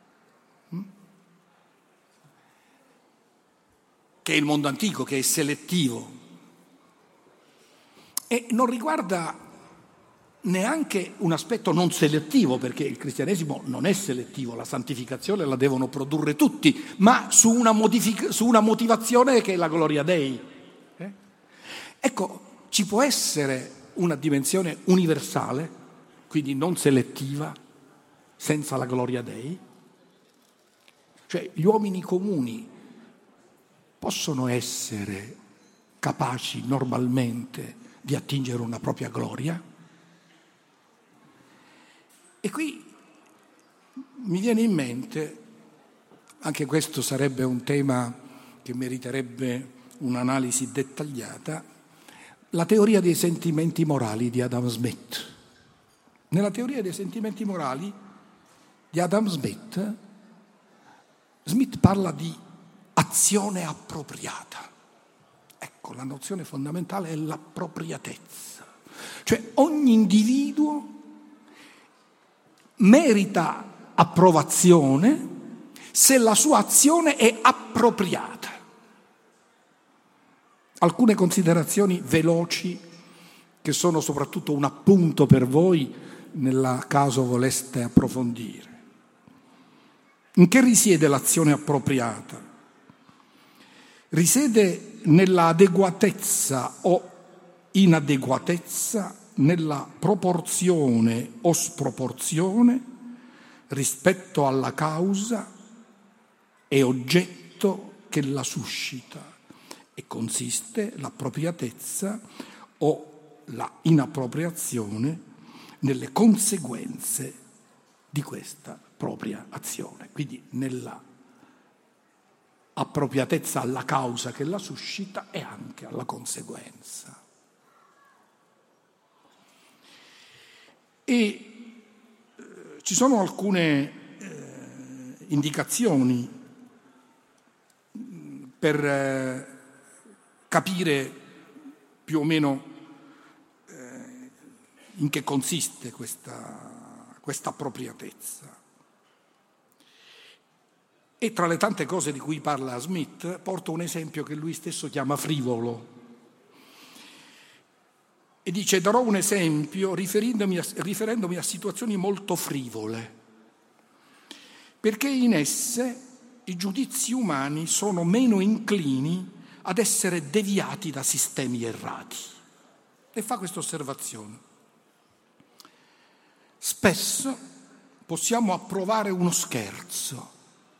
che è il mondo antico, che è selettivo, e non riguarda neanche un aspetto non selettivo, perché il cristianesimo non è selettivo, la santificazione la devono produrre tutti, ma su una motivazione che è la gloria Dei. Ecco, ci può essere una dimensione universale, quindi non selettiva, senza la gloria Dei? Cioè, gli uomini comuni possono essere capaci normalmente di attingere una propria gloria? E qui mi viene in mente, anche questo sarebbe un tema che meriterebbe un'analisi dettagliata, la teoria dei sentimenti morali di Adam Smith. Nella teoria dei sentimenti morali di Adam Smith, Smith parla di azione appropriata. Ecco, la nozione fondamentale è l'appropriatezza. Cioè ogni individuo merita approvazione se la sua azione è appropriata. Alcune considerazioni veloci che sono soprattutto un appunto per voi nel caso voleste approfondire. In che risiede l'azione appropriata? Risiede nella adeguatezza o inadeguatezza, nella proporzione o sproporzione rispetto alla causa e oggetto che la suscita, e consiste l'appropriatezza o la inappropriazione nelle conseguenze di questa propria azione, quindi nella appropriatezza alla causa che la suscita e anche alla conseguenza. E ci sono alcune indicazioni per capire più o meno in che consiste questa appropriatezza. E tra le tante cose di cui parla Smith, porto un esempio che lui stesso chiama frivolo. E dice: darò un esempio riferendomi a situazioni molto frivole, perché in esse i giudizi umani sono meno inclini ad essere deviati da sistemi errati. E fa questa osservazione: spesso possiamo approvare uno scherzo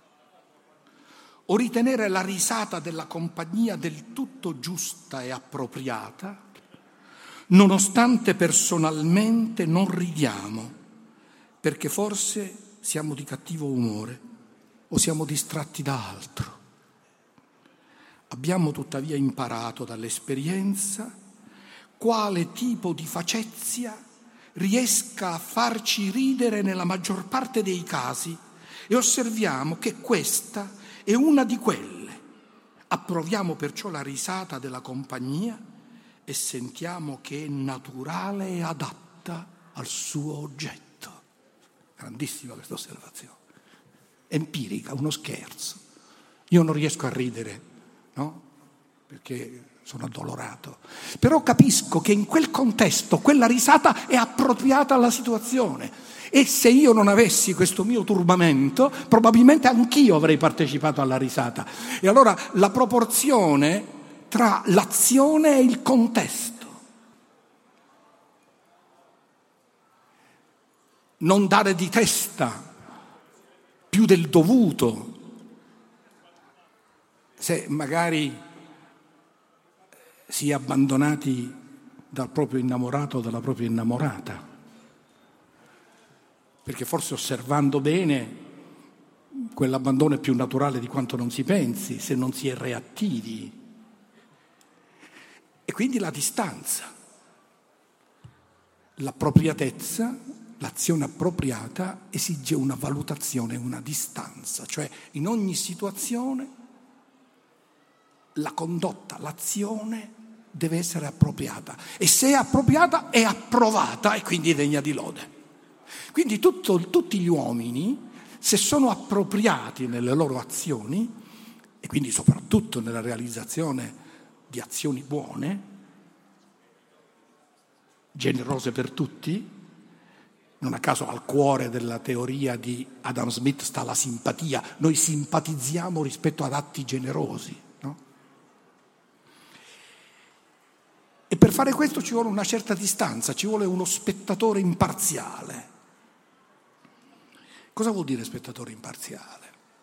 o ritenere la risata della compagnia del tutto giusta e appropriata, nonostante personalmente non ridiamo, perché forse siamo di cattivo umore o siamo distratti da altro. Abbiamo tuttavia imparato dall'esperienza quale tipo di facezia riesca a farci ridere nella maggior parte dei casi e osserviamo che questa è una di quelle. Approviamo perciò la risata della compagnia e sentiamo che è naturale e adatta al suo oggetto. Grandissima questa osservazione. Empirica, uno scherzo. Io non riesco a ridere, no? Perché sono addolorato. Però capisco che in quel contesto quella risata è appropriata alla situazione. E se io non avessi questo mio turbamento, probabilmente anch'io avrei partecipato alla risata. E allora la proporzione tra l'azione e il contesto. Non dare di testa più del dovuto, se magari si è abbandonati dal proprio innamorato o dalla propria innamorata. Perché forse osservando bene quell'abbandono è più naturale di quanto non si pensi, se non si è reattivi. E quindi la distanza, l'appropriatezza, l'azione appropriata esige una valutazione, una distanza, cioè in ogni situazione la condotta, l'azione deve essere appropriata e se è appropriata è approvata e quindi degna di lode. Quindi tutti gli uomini, se sono appropriati nelle loro azioni e quindi soprattutto nella realizzazione di azioni buone, generose per tutti, non a caso al cuore della teoria di Adam Smith sta la simpatia, noi simpatizziamo rispetto ad atti generosi, no? E per fare questo ci vuole una certa distanza, ci vuole uno spettatore imparziale. Cosa vuol dire spettatore imparziale?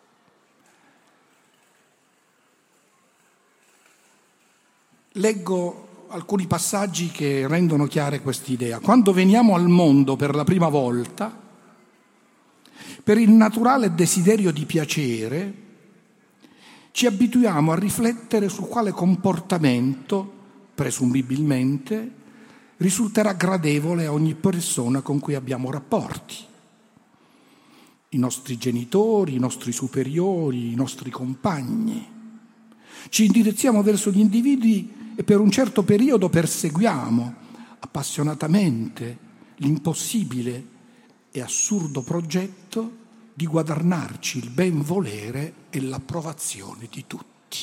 Leggo alcuni passaggi che rendono chiara quest'idea. Quando veniamo al mondo per la prima volta, per il naturale desiderio di piacere, ci abituiamo a riflettere su quale comportamento, presumibilmente, risulterà gradevole a ogni persona con cui abbiamo rapporti. I nostri genitori, i nostri superiori, i nostri compagni. Ci indirizziamo verso gli individui e per un certo periodo perseguiamo appassionatamente l'impossibile e assurdo progetto di guadagnarci il ben volere e l'approvazione di tutti.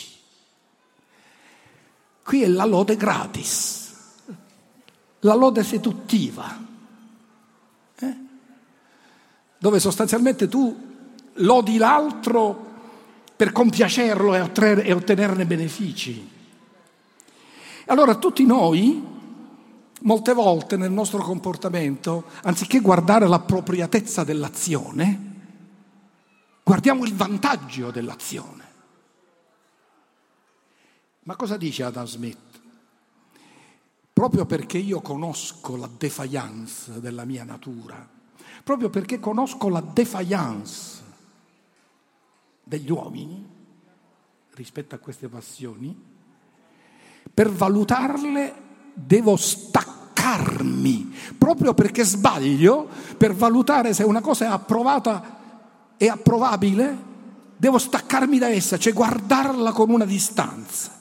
Qui è la lode gratis, la lode seduttiva, dove sostanzialmente tu lodi l'altro per compiacerlo e ottenerne benefici. Allora tutti noi, molte volte nel nostro comportamento, anziché guardare l'appropriatezza dell'azione, guardiamo il vantaggio dell'azione. Ma cosa dice Adam Smith? Proprio perché io conosco la défaillance della mia natura, proprio perché conosco la défaillance degli uomini rispetto a queste passioni, per valutarle devo staccarmi, proprio perché sbaglio, per valutare se una cosa è approvata è approvabile, devo staccarmi da essa, cioè guardarla con una distanza.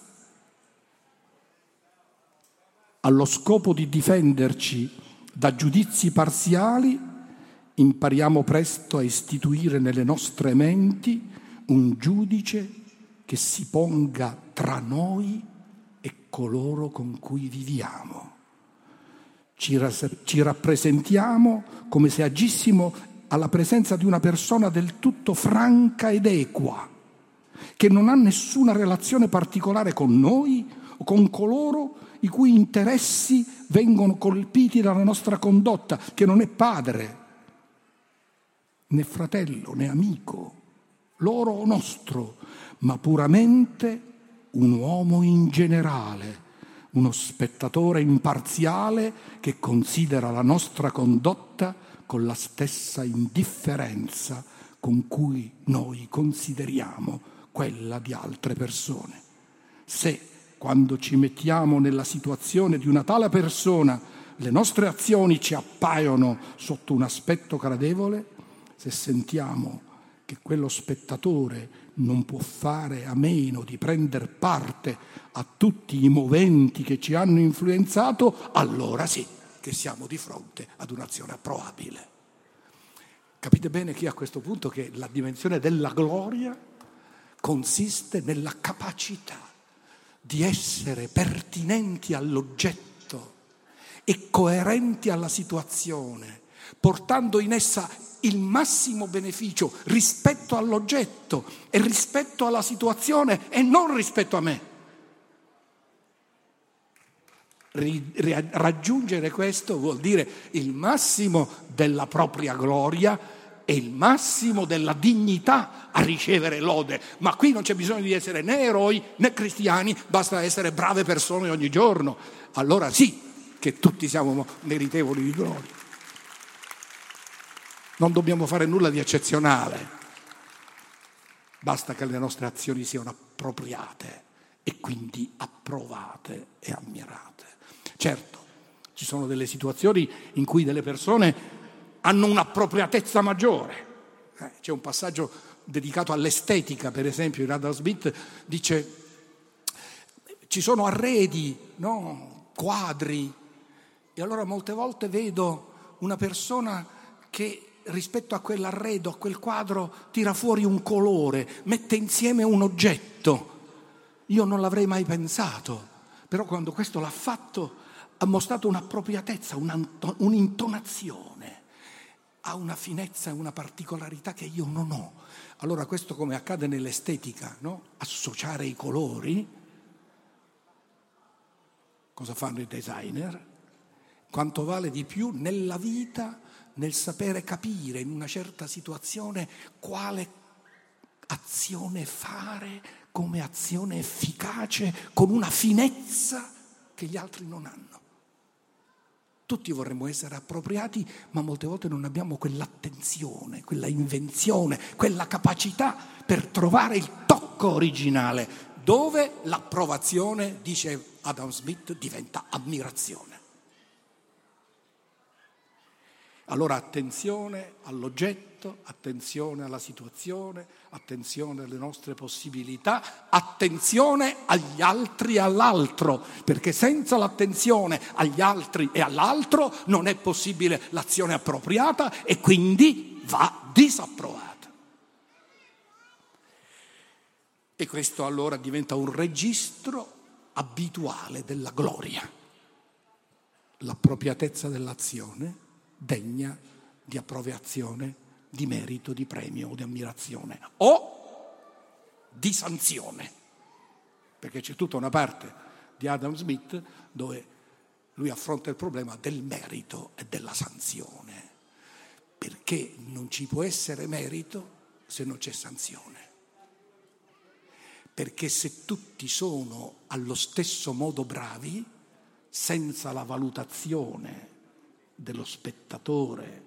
Allo scopo di difenderci da giudizi parziali, impariamo presto a istituire nelle nostre menti un giudice che si ponga tra noi e coloro con cui viviamo. Ci rappresentiamo come se agissimo alla presenza di una persona del tutto franca ed equa, che non ha nessuna relazione particolare con noi o con coloro i cui interessi vengono colpiti dalla nostra condotta, che non è padre, né fratello, né amico, loro o nostro, ma puramente un uomo in generale, uno spettatore imparziale che considera la nostra condotta con la stessa indifferenza con cui noi consideriamo quella di altre persone. Se, quando ci mettiamo nella situazione di una tale persona, le nostre azioni ci appaiono sotto un aspetto gradevole, se sentiamo che quello spettatore non può fare a meno di prendere parte a tutti i moventi che ci hanno influenzato, allora sì che siamo di fronte ad un'azione approvabile. Capite bene qui a questo punto che la dimensione della gloria consiste nella capacità di essere pertinenti all'oggetto e coerenti alla situazione, portando in essa il massimo beneficio rispetto all'oggetto e rispetto alla situazione e non rispetto a me. Raggiungere questo vuol dire il massimo della propria gloria e il massimo della dignità a ricevere lode. Ma qui non c'è bisogno di essere né eroi né cristiani, basta essere brave persone ogni giorno. Allora sì che tutti siamo meritevoli di gloria. Non dobbiamo fare nulla di eccezionale, basta che le nostre azioni siano appropriate e quindi approvate e ammirate. Certo, ci sono delle situazioni in cui delle persone hanno un'appropriatezza maggiore. C'è un passaggio dedicato all'estetica, per esempio, in Adam Smith dice: ci sono arredi, no? Quadri, e allora molte volte vedo una persona che rispetto a quell'arredo, a quel quadro, tira fuori un colore, mette insieme un oggetto. Io non l'avrei mai pensato, però quando questo l'ha fatto ha mostrato un'appropriatezza, un'intonazione, ha una finezza e una particolarità che io non ho. Allora questo, come accade nell'estetica, no? Associare i colori. Cosa fanno i designer? Quanto vale di più nella vita nel sapere capire in una certa situazione quale azione fare come azione efficace, con una finezza che gli altri non hanno. Tutti vorremmo essere appropriati, ma molte volte non abbiamo quell'attenzione, quella invenzione, quella capacità per trovare il tocco originale, dove l'approvazione, dice Adam Smith, diventa ammirazione. Allora attenzione all'oggetto, attenzione alla situazione, attenzione alle nostre possibilità, attenzione agli altri e all'altro, perché senza l'attenzione agli altri e all'altro non è possibile l'azione appropriata e quindi va disapprovata. E questo allora diventa un registro abituale della gloria, l'appropriatezza dell'azione degna di approvazione, di merito, di premio o di ammirazione o di sanzione, perché c'è tutta una parte di Adam Smith dove lui affronta il problema del merito e della sanzione, perché non ci può essere merito se non c'è sanzione, perché se tutti sono allo stesso modo bravi, senza la valutazione dello spettatore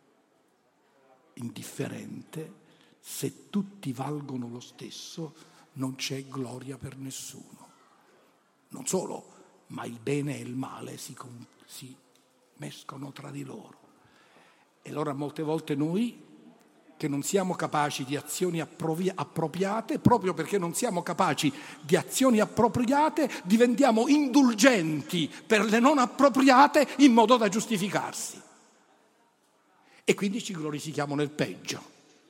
indifferente, se tutti valgono lo stesso, non c'è gloria per nessuno. Non solo, ma il bene e il male si mescolano tra di loro. E allora molte volte noi che non siamo capaci di azioni appropriate, proprio perché non siamo capaci di azioni appropriate, diventiamo indulgenti per le non appropriate in modo da giustificarsi. E quindi ci glorifichiamo nel peggio.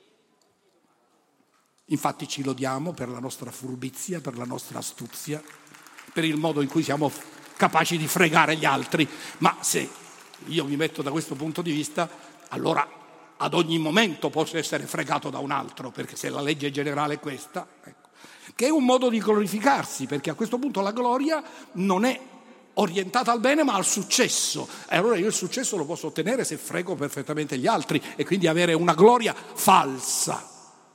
Infatti ci lodiamo per la nostra furbizia, per la nostra astuzia, per il modo in cui siamo capaci di fregare gli altri. Ma se io mi metto da questo punto di vista, allora ad ogni momento posso essere fregato da un altro, perché se la legge generale è questa, ecco, che è un modo di glorificarsi, perché a questo punto la gloria non è orientata al bene ma al successo, e allora io il successo lo posso ottenere se frego perfettamente gli altri e quindi avere una gloria falsa.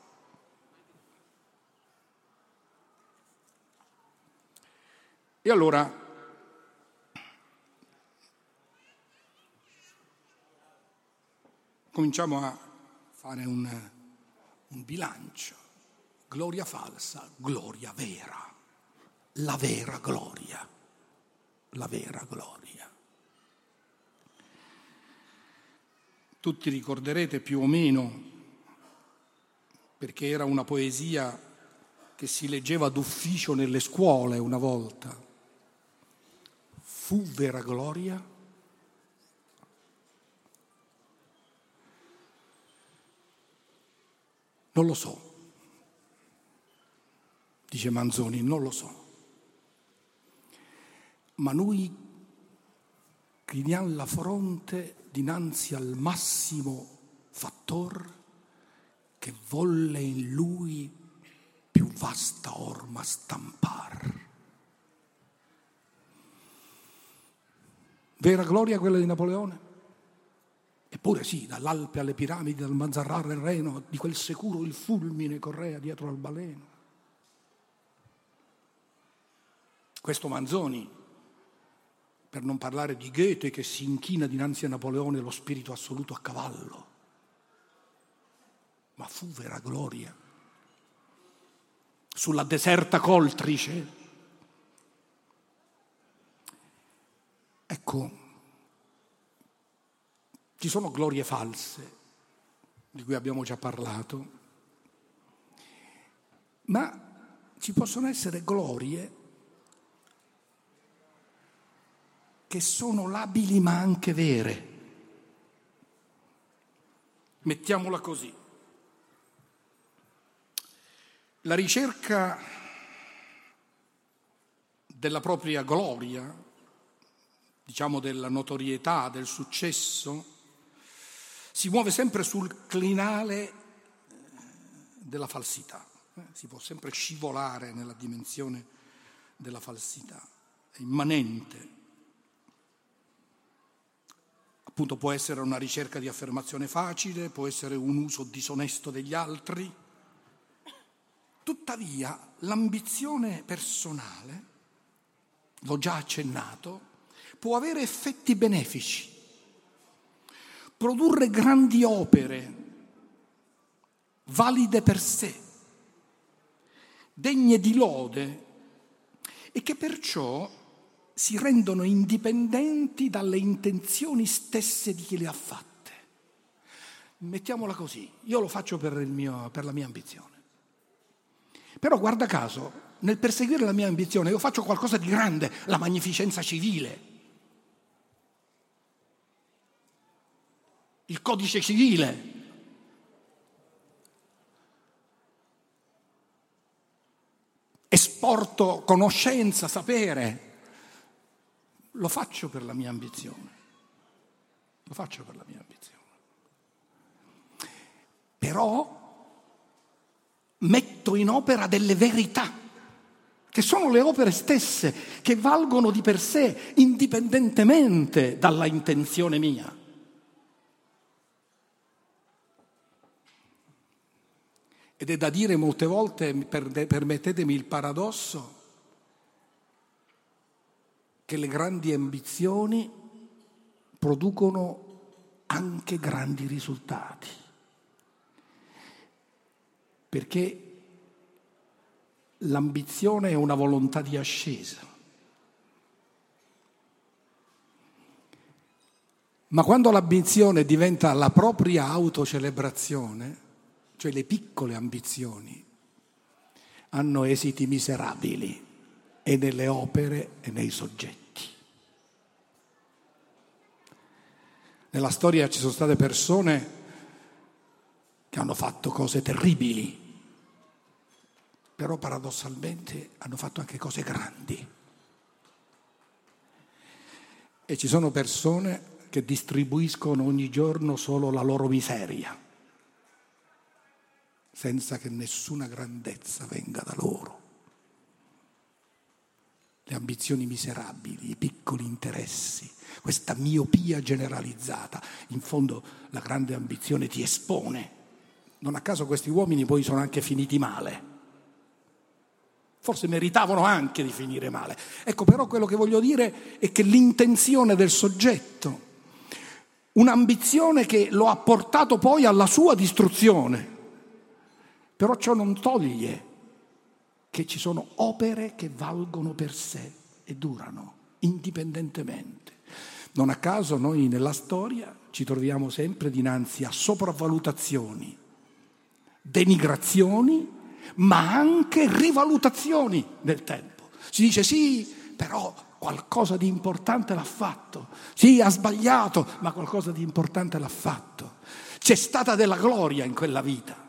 E allora cominciamo a fare un bilancio. Gloria falsa, gloria vera, la vera gloria, la vera gloria. Tutti ricorderete più o meno, perché era una poesia che si leggeva d'ufficio nelle scuole una volta. Fu vera gloria? Non lo so, dice Manzoni, non lo so. Ma noi chiniamo la fronte dinanzi al massimo fattor che volle in lui più vasta orma stampar. Vera gloria quella di Napoleone? Eppure sì, dall'Alpe alle piramidi, dal Manzarrare al Reno, di quel sicuro il fulmine correa dietro al baleno. Questo Manzoni, per non parlare di Goethe che si inchina dinanzi a Napoleone lo spirito assoluto a cavallo. Ma fu vera gloria. Sulla deserta coltrice. Ecco, ci sono glorie false, di cui abbiamo già parlato, ma ci possono essere glorie che sono labili ma anche vere. Mettiamola così. La ricerca della propria gloria, diciamo della notorietà, del successo, si muove sempre sul crinale della falsità. Si può sempre scivolare nella dimensione della falsità, è immanente. Appunto può essere una ricerca di affermazione facile, può essere un uso disonesto degli altri. Tuttavia l'ambizione personale, l'ho già accennato, può avere effetti benefici, produrre grandi opere valide per sé, degne di lode e che perciò si rendono indipendenti dalle intenzioni stesse di chi le ha fatte. Mettiamola così, io lo faccio per la mia ambizione. Però guarda caso, nel perseguire la mia ambizione io faccio qualcosa di grande, la magnificenza civile, il codice civile. Esporto conoscenza, sapere. Lo faccio per la mia ambizione. Lo faccio per la mia ambizione. Però metto in opera delle verità, che sono le opere stesse, che valgono di per sé, indipendentemente dalla intenzione mia. Ed è da dire molte volte, permettetemi il paradosso, che le grandi ambizioni producono anche grandi risultati. Perché l'ambizione è una volontà di ascesa. Ma quando l'ambizione diventa la propria autocelebrazione, cioè le piccole ambizioni, hanno esiti miserabili e nelle opere e nei soggetti. Nella storia ci sono state persone che hanno fatto cose terribili, però paradossalmente hanno fatto anche cose grandi. E ci sono persone che distribuiscono ogni giorno solo la loro miseria, senza che nessuna grandezza venga da loro. Le ambizioni miserabili, i piccoli interessi, questa miopia generalizzata. In fondo la grande ambizione ti espone. Non a caso questi uomini poi sono anche finiti male. Forse meritavano anche di finire male. Ecco, però quello che voglio dire è che l'intenzione del soggetto, un'ambizione che lo ha portato poi alla sua distruzione, però ciò non toglie che ci sono opere che valgono per sé e durano indipendentemente. Non a caso noi nella storia ci troviamo sempre dinanzi a sopravvalutazioni, denigrazioni, ma anche rivalutazioni nel tempo. Si dice sì, però qualcosa di importante l'ha fatto. Sì, ha sbagliato, ma qualcosa di importante l'ha fatto. C'è stata della gloria in quella vita.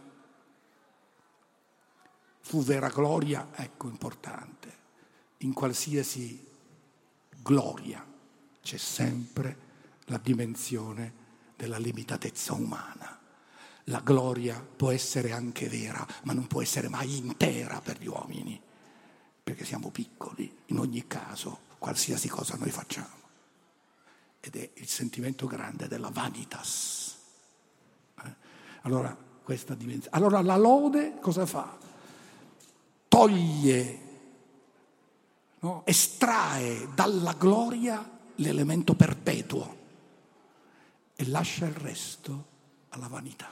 Fu vera gloria, ecco, importante. In qualsiasi gloria c'è sempre la dimensione della limitatezza umana. La gloria può essere anche vera, ma non può essere mai intera per gli uomini, perché siamo piccoli, in ogni caso, qualsiasi cosa noi facciamo. Ed è il sentimento grande della vanitas. Allora, questa dimensione. Allora la lode cosa fa? Toglie, no? Estrae dalla gloria l'elemento perpetuo e lascia il resto alla vanità.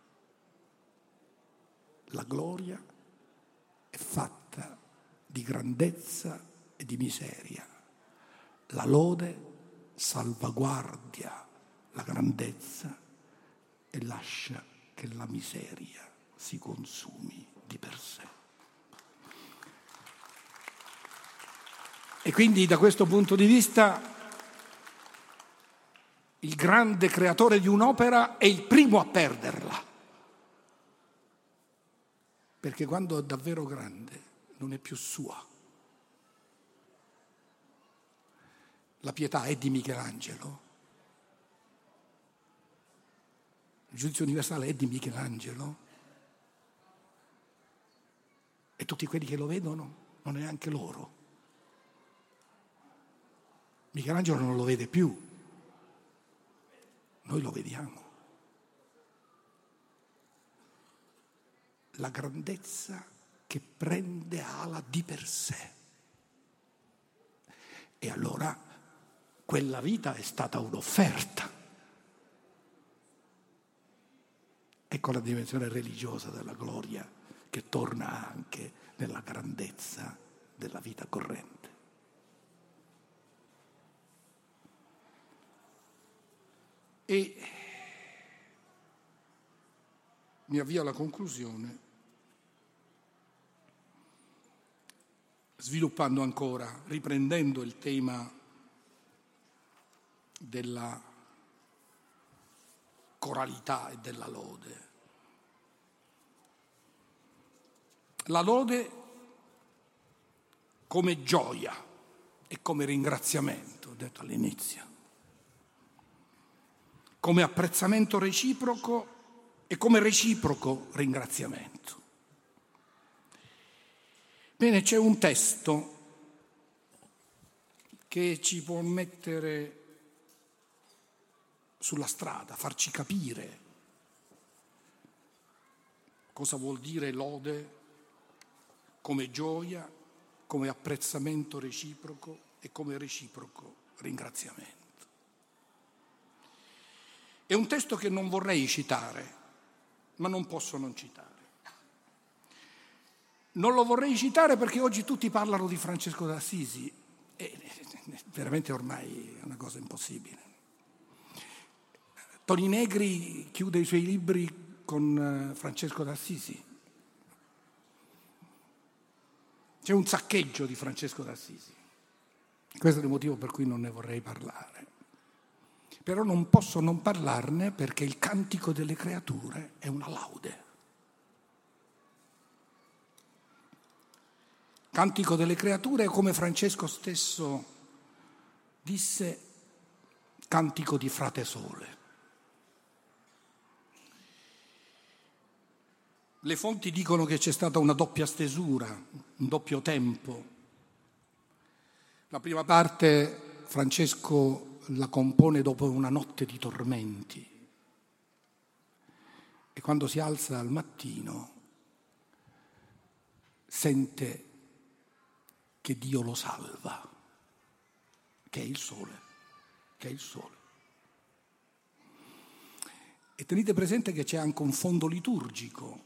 La gloria è fatta di grandezza e di miseria. La lode salvaguardia la grandezza e lascia che la miseria si consumi di per sé. E quindi da questo punto di vista il grande creatore di un'opera è il primo a perderla. Perché quando è davvero grande non è più sua. La pietà è di Michelangelo. Il giudizio universale è di Michelangelo. E tutti quelli che lo vedono non è neanche loro. Michelangelo non lo vede più. Noi lo vediamo. La grandezza che prende ala di per sé. E allora quella vita è stata un'offerta. Ecco la dimensione religiosa della gloria che torna anche nella grandezza della vita corrente. E mi avvio alla conclusione sviluppando ancora, riprendendo il tema della coralità e della lode. La lode come gioia e come ringraziamento, ho detto all'inizio, come apprezzamento reciproco e come reciproco ringraziamento. Bene, c'è un testo che ci può mettere sulla strada, farci capire cosa vuol dire lode come gioia, come apprezzamento reciproco e come reciproco ringraziamento. È un testo che non vorrei citare, ma non posso non citare. Non lo vorrei citare perché oggi tutti parlano di Francesco d'Assisi e veramente ormai è una cosa impossibile. Toni Negri chiude i suoi libri con Francesco d'Assisi. C'è un saccheggio di Francesco d'Assisi. Questo è il motivo per cui non ne vorrei parlare. Però non posso non parlarne perché il Cantico delle Creature è una laude. Cantico delle Creature è, come Francesco stesso disse, cantico di frate sole. Le fonti dicono che c'è stata una doppia stesura, un doppio tempo. La prima parte Francesco la compone dopo una notte di tormenti e quando si alza al mattino sente che Dio lo salva, che è il sole, che è il sole. E tenete presente che c'è anche un fondo liturgico,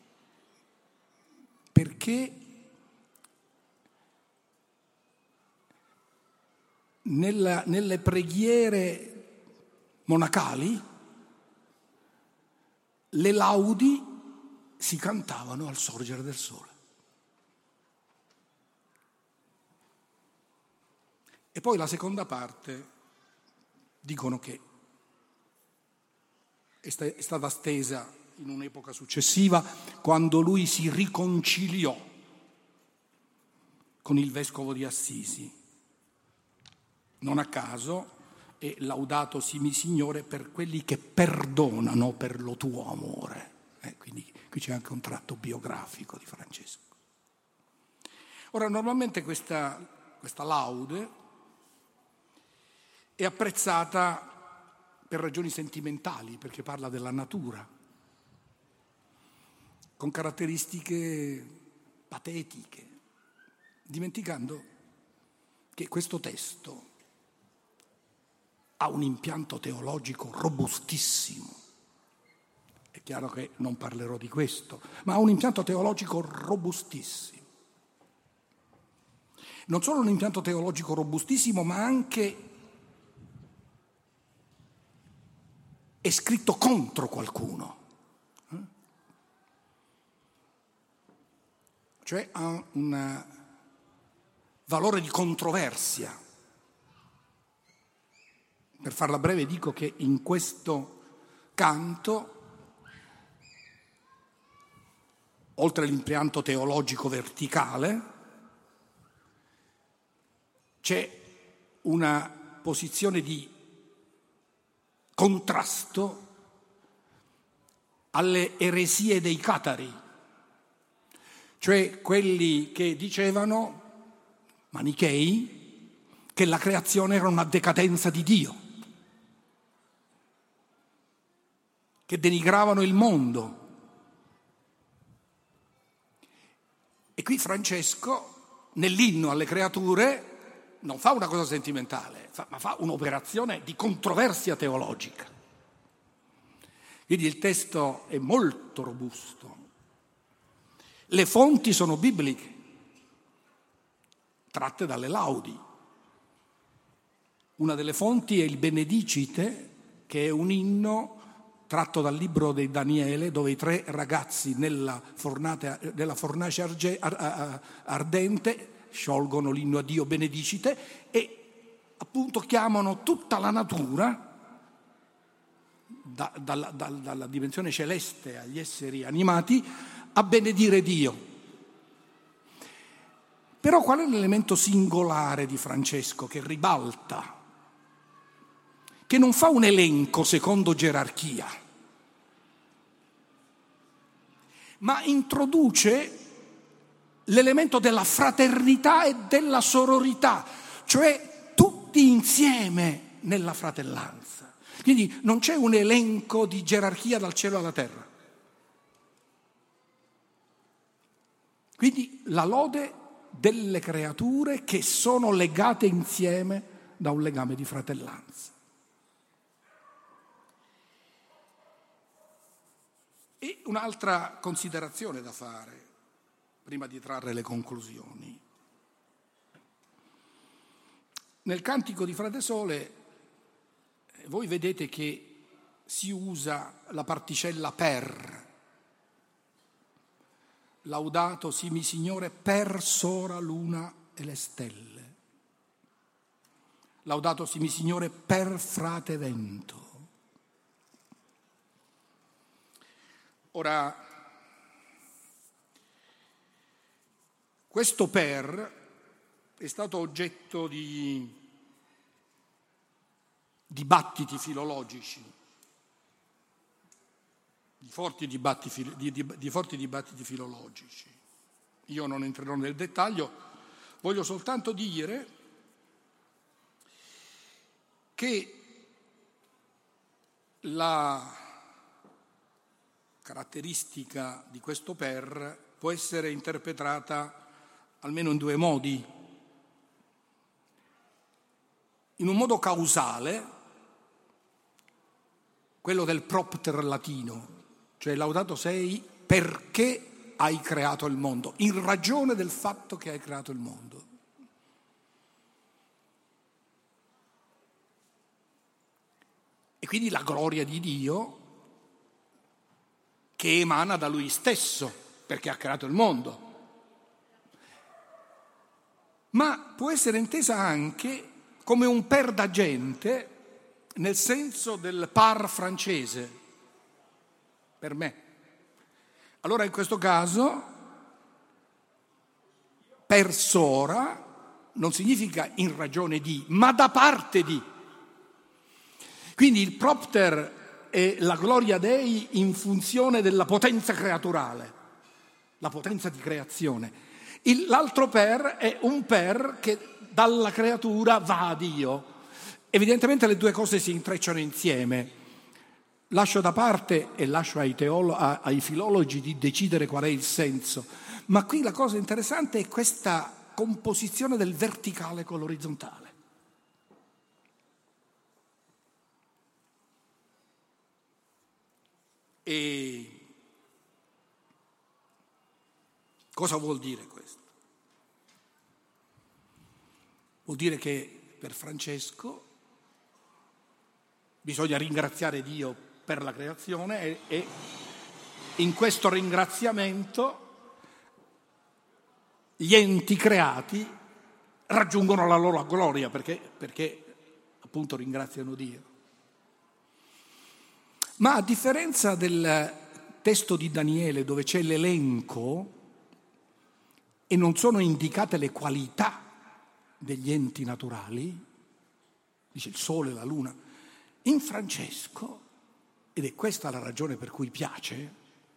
perché nelle preghiere monacali le laudi si cantavano al sorgere del sole. E poi la seconda parte dicono che è stata stesa in un'epoca successiva, quando lui si riconciliò con il vescovo di Assisi. Non a caso è laudato simi Signore per quelli che perdonano per lo tuo amore. Quindi qui c'è anche un tratto biografico di Francesco. Ora, normalmente questa laude è apprezzata per ragioni sentimentali, perché parla della natura, con caratteristiche patetiche, dimenticando che questo testo ha un impianto teologico robustissimo. È chiaro che non parlerò di questo, ma ha un impianto teologico robustissimo. Non solo un impianto teologico robustissimo, ma anche è scritto contro qualcuno. Cioè ha un valore di controversia. Per farla breve dico che in questo canto, oltre all'impianto teologico verticale, c'è una posizione di contrasto alle eresie dei catari, cioè quelli che dicevano, manichei, che la creazione era una decadenza di Dio, che denigravano il mondo. E qui Francesco, nell'inno alle creature, non fa una cosa sentimentale, ma fa un'operazione di controversia teologica. Quindi il testo è molto robusto. Le fonti sono bibliche, tratte dalle laudi. Una delle fonti è il Benedicite, che è un inno tratto dal libro di Daniele, dove i 3 ragazzi nella fornace ardente sciolgono l'inno a Dio Benedicite e appunto chiamano tutta la natura, dalla dimensione celeste agli esseri animati, a benedire Dio. Però qual è l'elemento singolare di Francesco che ribalta? Che non fa un elenco secondo gerarchia, ma introduce l'elemento della fraternità e della sororità, cioè tutti insieme nella fratellanza. Quindi non c'è un elenco di gerarchia dal cielo alla terra. Quindi la lode delle creature che sono legate insieme da un legame di fratellanza. E un'altra considerazione da fare prima di trarre le conclusioni. Nel Cantico di Frate Sole voi vedete che si usa la particella per, Laudato simi Signore per sora luna e le stelle. Laudato simi Signore per frate vento. Ora, questo per è stato oggetto di dibattiti filologici, di forti dibattiti filologici. Io non entrerò nel dettaglio, voglio soltanto dire che la caratteristica di questo per può essere interpretata almeno in due modi. In un modo causale, quello del propter latino, cioè laudato sei perché hai creato il mondo, in ragione del fatto che hai creato il mondo. E quindi la gloria di Dio che emana da Lui stesso, perché ha creato il mondo. Ma può essere intesa anche come un per d'agente, nel senso del par francese, per me. Allora in questo caso, per sora non significa in ragione di, ma da parte di. Quindi il propter è la gloria Dei in funzione della potenza creaturale, la potenza di creazione. L'altro per è un per che dalla creatura va a Dio. Evidentemente le due cose si intrecciano insieme. Lascio da parte e lascio ai filologi di decidere qual è il senso, ma qui la cosa interessante è questa composizione del verticale con l'orizzontale. E cosa vuol dire questo? Vuol dire che per Francesco bisogna ringraziare Dio per la creazione e in questo ringraziamento gli enti creati raggiungono la loro gloria perché appunto ringraziano Dio. Ma a differenza del testo di Daniele dove c'è l'elenco e non sono indicate le qualità degli enti naturali, dice il sole, la luna, in Francesco, ed è questa la ragione per cui piace,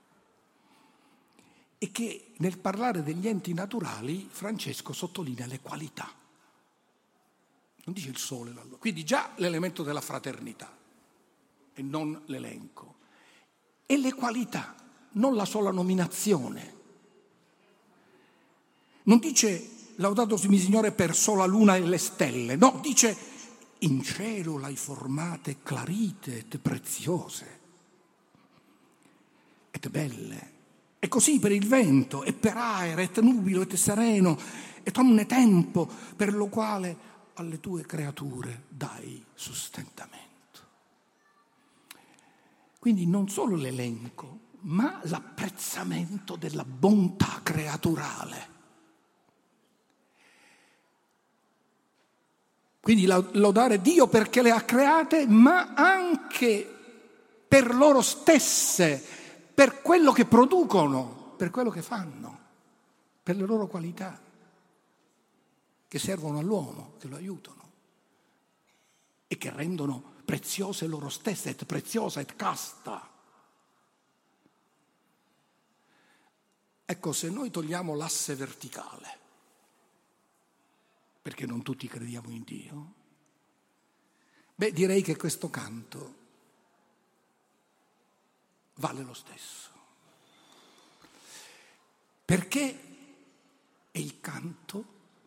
è che nel parlare degli enti naturali Francesco sottolinea le qualità. Non dice il sole, la luna. Quindi già l'elemento della fraternità e non l'elenco. E le qualità, non la sola nominazione. Non dice laudato simi Signore per sola luna e le stelle, no, dice in cielo l'hai formate clarite et preziose et belle. E così per il vento, e per aere, et nubilo, et sereno, et omne tempo, per lo quale alle tue creature dai sostentamento. Quindi non solo l'elenco, ma l'apprezzamento della bontà creaturale. Quindi lodare Dio perché le ha create, ma anche per loro stesse, per quello che producono, per quello che fanno, per le loro qualità, che servono all'uomo, che lo aiutano e che rendono preziose loro stesse, et preziosa et casta. Ecco, se noi togliamo l'asse verticale, perché non tutti crediamo in Dio, direi che questo canto vale lo stesso. Perché è il canto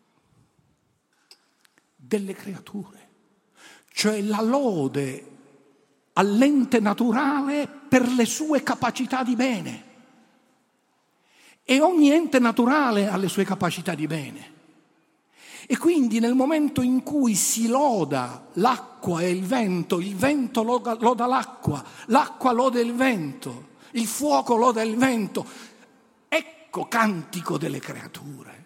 delle creature, cioè la lode all'ente naturale per le sue capacità di bene. E ogni ente naturale ha le sue capacità di bene. E quindi nel momento in cui si loda l'acqua e il vento loda l'acqua loda il vento, il fuoco loda il vento, ecco ecco cantico delle creature.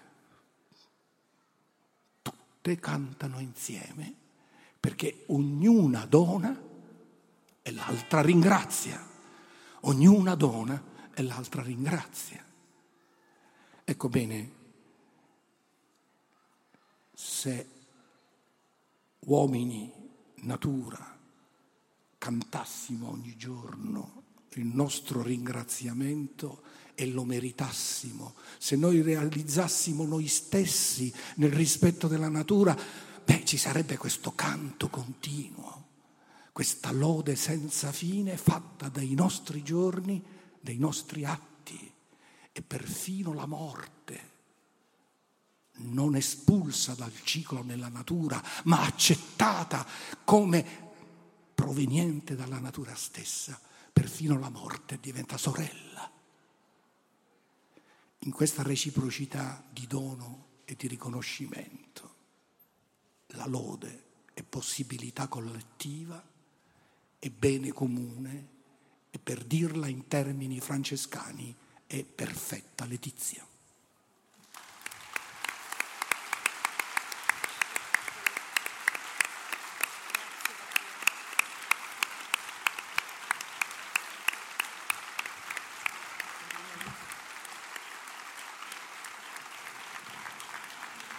Tutte cantano insieme perché ognuna dona e l'altra ringrazia. Ognuna dona e l'altra ringrazia. Ecco bene, se uomini, natura, cantassimo ogni giorno il nostro ringraziamento e lo meritassimo, se noi realizzassimo noi stessi nel rispetto della natura, ci sarebbe questo canto continuo, questa lode senza fine fatta dai nostri giorni, dei nostri atti, e perfino la morte, non espulsa dal ciclo nella natura, ma accettata come proveniente dalla natura stessa, perfino la morte diventa sorella. In questa reciprocità di dono e di riconoscimento, la lode è possibilità collettiva, è bene comune e, per dirla in termini francescani, è perfetta letizia.